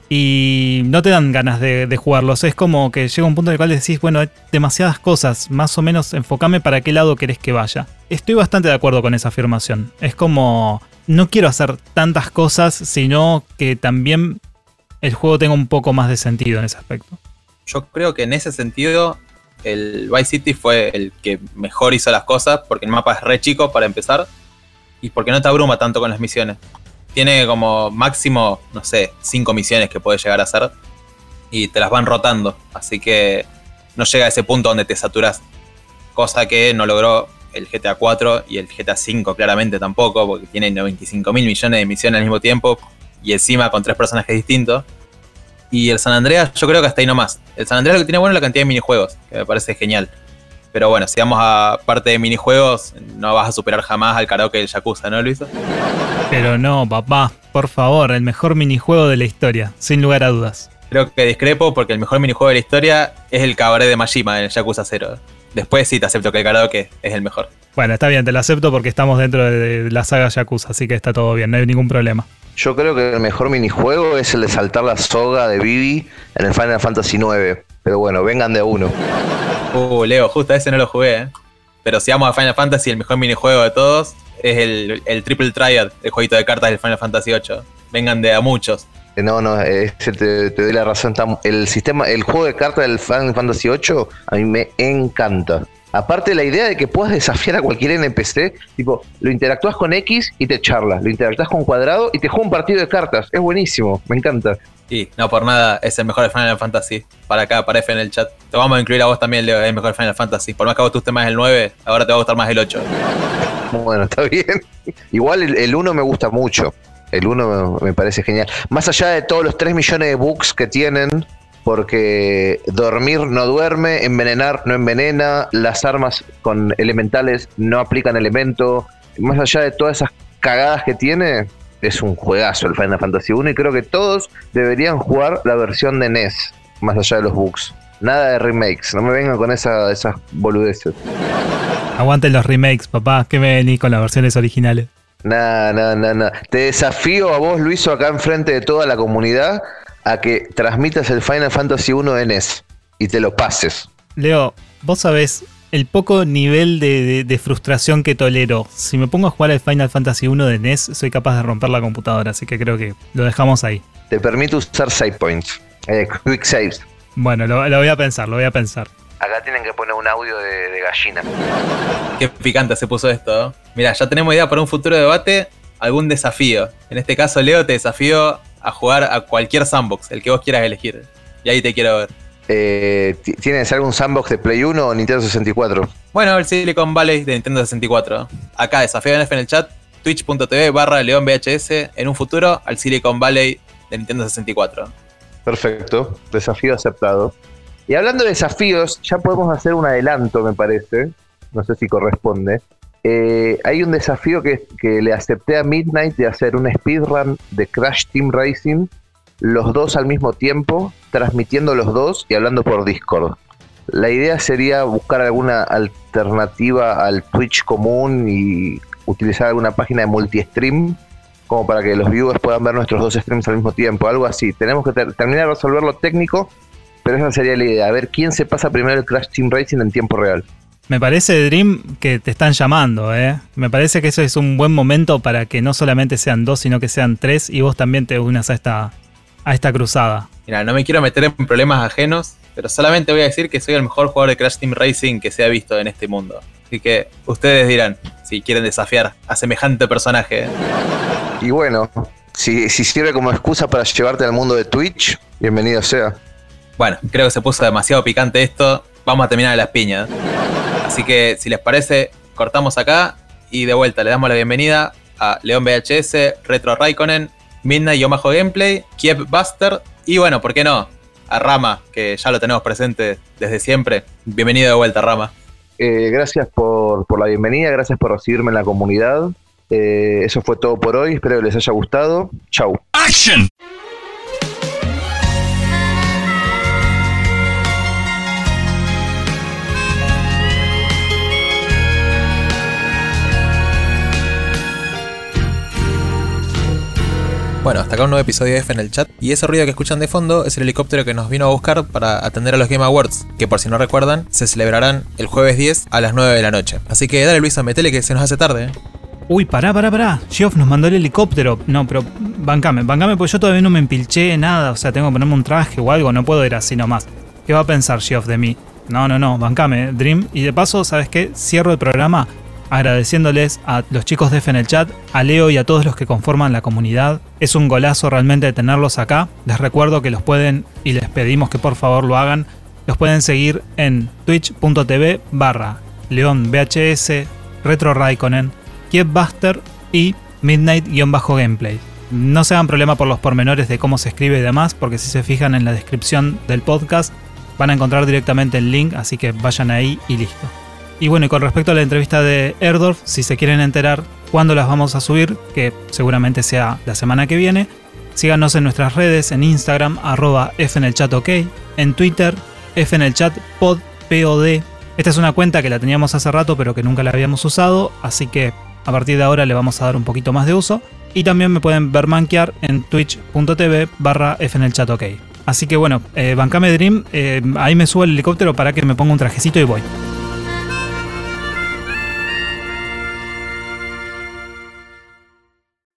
y no te dan ganas de jugarlos. Es como que llega un punto en el cual decís, bueno, hay demasiadas cosas, más o menos enfocame para qué lado querés que vaya. Estoy bastante de acuerdo con esa afirmación. Es como, no quiero hacer tantas cosas, sino que también el juego tenga un poco más de sentido en ese aspecto. Yo creo que en ese sentido el Vice City fue el que mejor hizo las cosas, porque el mapa es re chico para empezar y porque no te abruma tanto con las misiones. Tiene como máximo, no sé, 5 misiones que puedes llegar a hacer y te las van rotando, así que no llega a ese punto donde te saturas, cosa que no logró el GTA 4 y el GTA 5 claramente tampoco, porque tiene 95.000 millones de misiones al mismo tiempo y encima con 3 personajes distintos. Y el San Andreas yo creo que hasta ahí nomás. El San Andreas lo que tiene bueno es la cantidad de minijuegos, que me parece genial. Pero bueno, si vamos a parte de minijuegos, no vas a superar jamás al karaoke del Yakuza, ¿no, Luis? Pero no, papá, por favor, el mejor minijuego de la historia, sin lugar a dudas. Creo que discrepo porque el mejor minijuego de la historia es el cabaret de Majima en el Yakuza 0. Después sí te acepto que el karaoke es el mejor. Bueno, está bien, te lo acepto porque estamos dentro de la saga Yakuza, así que está todo bien, no hay ningún problema. Yo creo que el mejor minijuego es el de saltar la soga de Vivi en el Final Fantasy IX. Pero bueno, vengan de a uno. Leo, justo ese no lo jugué, Pero si vamos a Final Fantasy, el mejor minijuego de todos es el Triple Triad, el jueguito de cartas del Final Fantasy VIII. Vengan de a muchos. No, te doy la razón. El juego de cartas del Final Fantasy VIII a mí me encanta. Aparte la idea de que puedas desafiar a cualquier NPC, tipo, lo interactúas con X y te charla, lo interactúas con cuadrado y te juega un partido de cartas. Es buenísimo, me encanta. Y no por nada es el mejor de Final Fantasy. Para acá, para F en el chat. Te vamos a incluir a vos también, Leo, el mejor Final Fantasy. Por más que a vos te guste más el 9, ahora te va a gustar más el 8. Bueno, está bien. Igual el 1 me gusta mucho. El 1 me parece genial. Más allá de todos los 3 millones de bugs que tienen, porque dormir no duerme, envenenar no envenena, las armas con elementales no aplican elemento. Más allá de todas esas cagadas que tiene, es un juegazo el Final Fantasy 1 y creo que todos deberían jugar la versión de NES, más allá de los bugs. Nada de remakes, no me vengan con esas boludeces. Aguanten los remakes, papá, que me venís con las versiones originales. No. Te desafío a vos, Luiso, acá enfrente de toda la comunidad, a que transmitas el Final Fantasy 1 de NES y te lo pases. Leo, vos sabés el poco nivel de frustración que tolero. Si me pongo a jugar al Final Fantasy 1 de NES, soy capaz de romper la computadora, así que creo que lo dejamos ahí. Te permite usar save points, quick saves. Bueno, lo voy a pensar. Acá tienen que poner un audio de gallina. Qué picante se puso esto, ¿no? Mirá, ya tenemos idea para un futuro debate, algún desafío. En este caso, Leo, te desafío a jugar a cualquier sandbox, el que vos quieras elegir. Y ahí te quiero ver. ¿Tienes algún sandbox de Play 1 o Nintendo 64? Bueno, el Silicon Valley de Nintendo 64. Acá, desafío en el chat, twitch.tv/LeonVHS, en un futuro, al Silicon Valley de Nintendo 64. Perfecto, desafío aceptado. Y hablando de desafíos, ya podemos hacer un adelanto, me parece. No sé si corresponde. Hay un desafío que le acepté a Midnight de hacer un speedrun de Crash Team Racing, los dos al mismo tiempo, transmitiendo los dos y hablando por Discord. La idea sería buscar alguna alternativa al Twitch común y utilizar alguna página de multi-stream como para que los viewers puedan ver nuestros dos streams al mismo tiempo, algo así. Tenemos que terminar de resolver lo técnico, pero esa sería la idea, a ver quién se pasa primero el Crash Team Racing en tiempo real. Me parece, Dream, que te están llamando, ¿eh? Me parece que eso es un buen momento para que no solamente sean 2, sino que sean 3 y vos también te unas a esta cruzada. Mira, no me quiero meter en problemas ajenos, pero solamente voy a decir que soy el mejor jugador de Crash Team Racing que se ha visto en este mundo. Así que ustedes dirán si quieren desafiar a semejante personaje. Y bueno, si sirve como excusa para llevarte al mundo de Twitch, bienvenido sea. Bueno, creo que se puso demasiado picante esto. Vamos a terminar a las piñas. Así que, si les parece, cortamos acá y de vuelta le damos la bienvenida a Leon VHS, Retro Raikkonen, Midnight-Gameplay, Kiev Buster y bueno, ¿por qué no? A Rama, que ya lo tenemos presente desde siempre. Bienvenido de vuelta, Rama. Gracias por la bienvenida, gracias por recibirme en la comunidad. Eso fue todo por hoy, espero que les haya gustado. Chau. ¡Action! Bueno, hasta acá un nuevo episodio de F en el chat. Y ese ruido que escuchan de fondo es el helicóptero que nos vino a buscar para atender a los Game Awards, que por si no recuerdan, se celebrarán el jueves 10 a las 9 de la noche. Así que dale, Luisa, metele que se nos hace tarde. Uy, pará. Geoff nos mandó el helicóptero. No, pero bancame, porque yo todavía no me empilché nada. O sea, tengo que ponerme un traje o algo, no puedo ir así nomás. ¿Qué va a pensar Geoff de mí? No, bancame, Dream. Y de paso, ¿sabes qué? Cierro el programa agradeciéndoles a los chicos de F en el chat, a Leo y a todos los que conforman la comunidad. Es un golazo realmente tenerlos acá. Les recuerdo que los pueden, y les pedimos que por favor lo hagan, los pueden seguir en twitch.tv/LeonVHS, Retro Raikkonen, Kiev Buster y Midnight-Gameplay. No se hagan problema por los pormenores de cómo se escribe y demás, porque si se fijan en la descripción del podcast van a encontrar directamente el link, así que vayan ahí y listo. Y bueno, y con respecto a la entrevista de Erdorf, si se quieren enterar cuándo las vamos a subir, que seguramente sea la semana que viene, síganos en nuestras redes, en Instagram, @FNelChatOK, en Twitter, FNelChatPod, POD. Esta es una cuenta que la teníamos hace rato, pero que nunca la habíamos usado, así que a partir de ahora le vamos a dar un poquito más de uso. Y también me pueden ver manquear en twitch.tv/FNelChatOK. Así que bueno, bancame Dream, ahí me subo el helicóptero para que me ponga un trajecito y voy.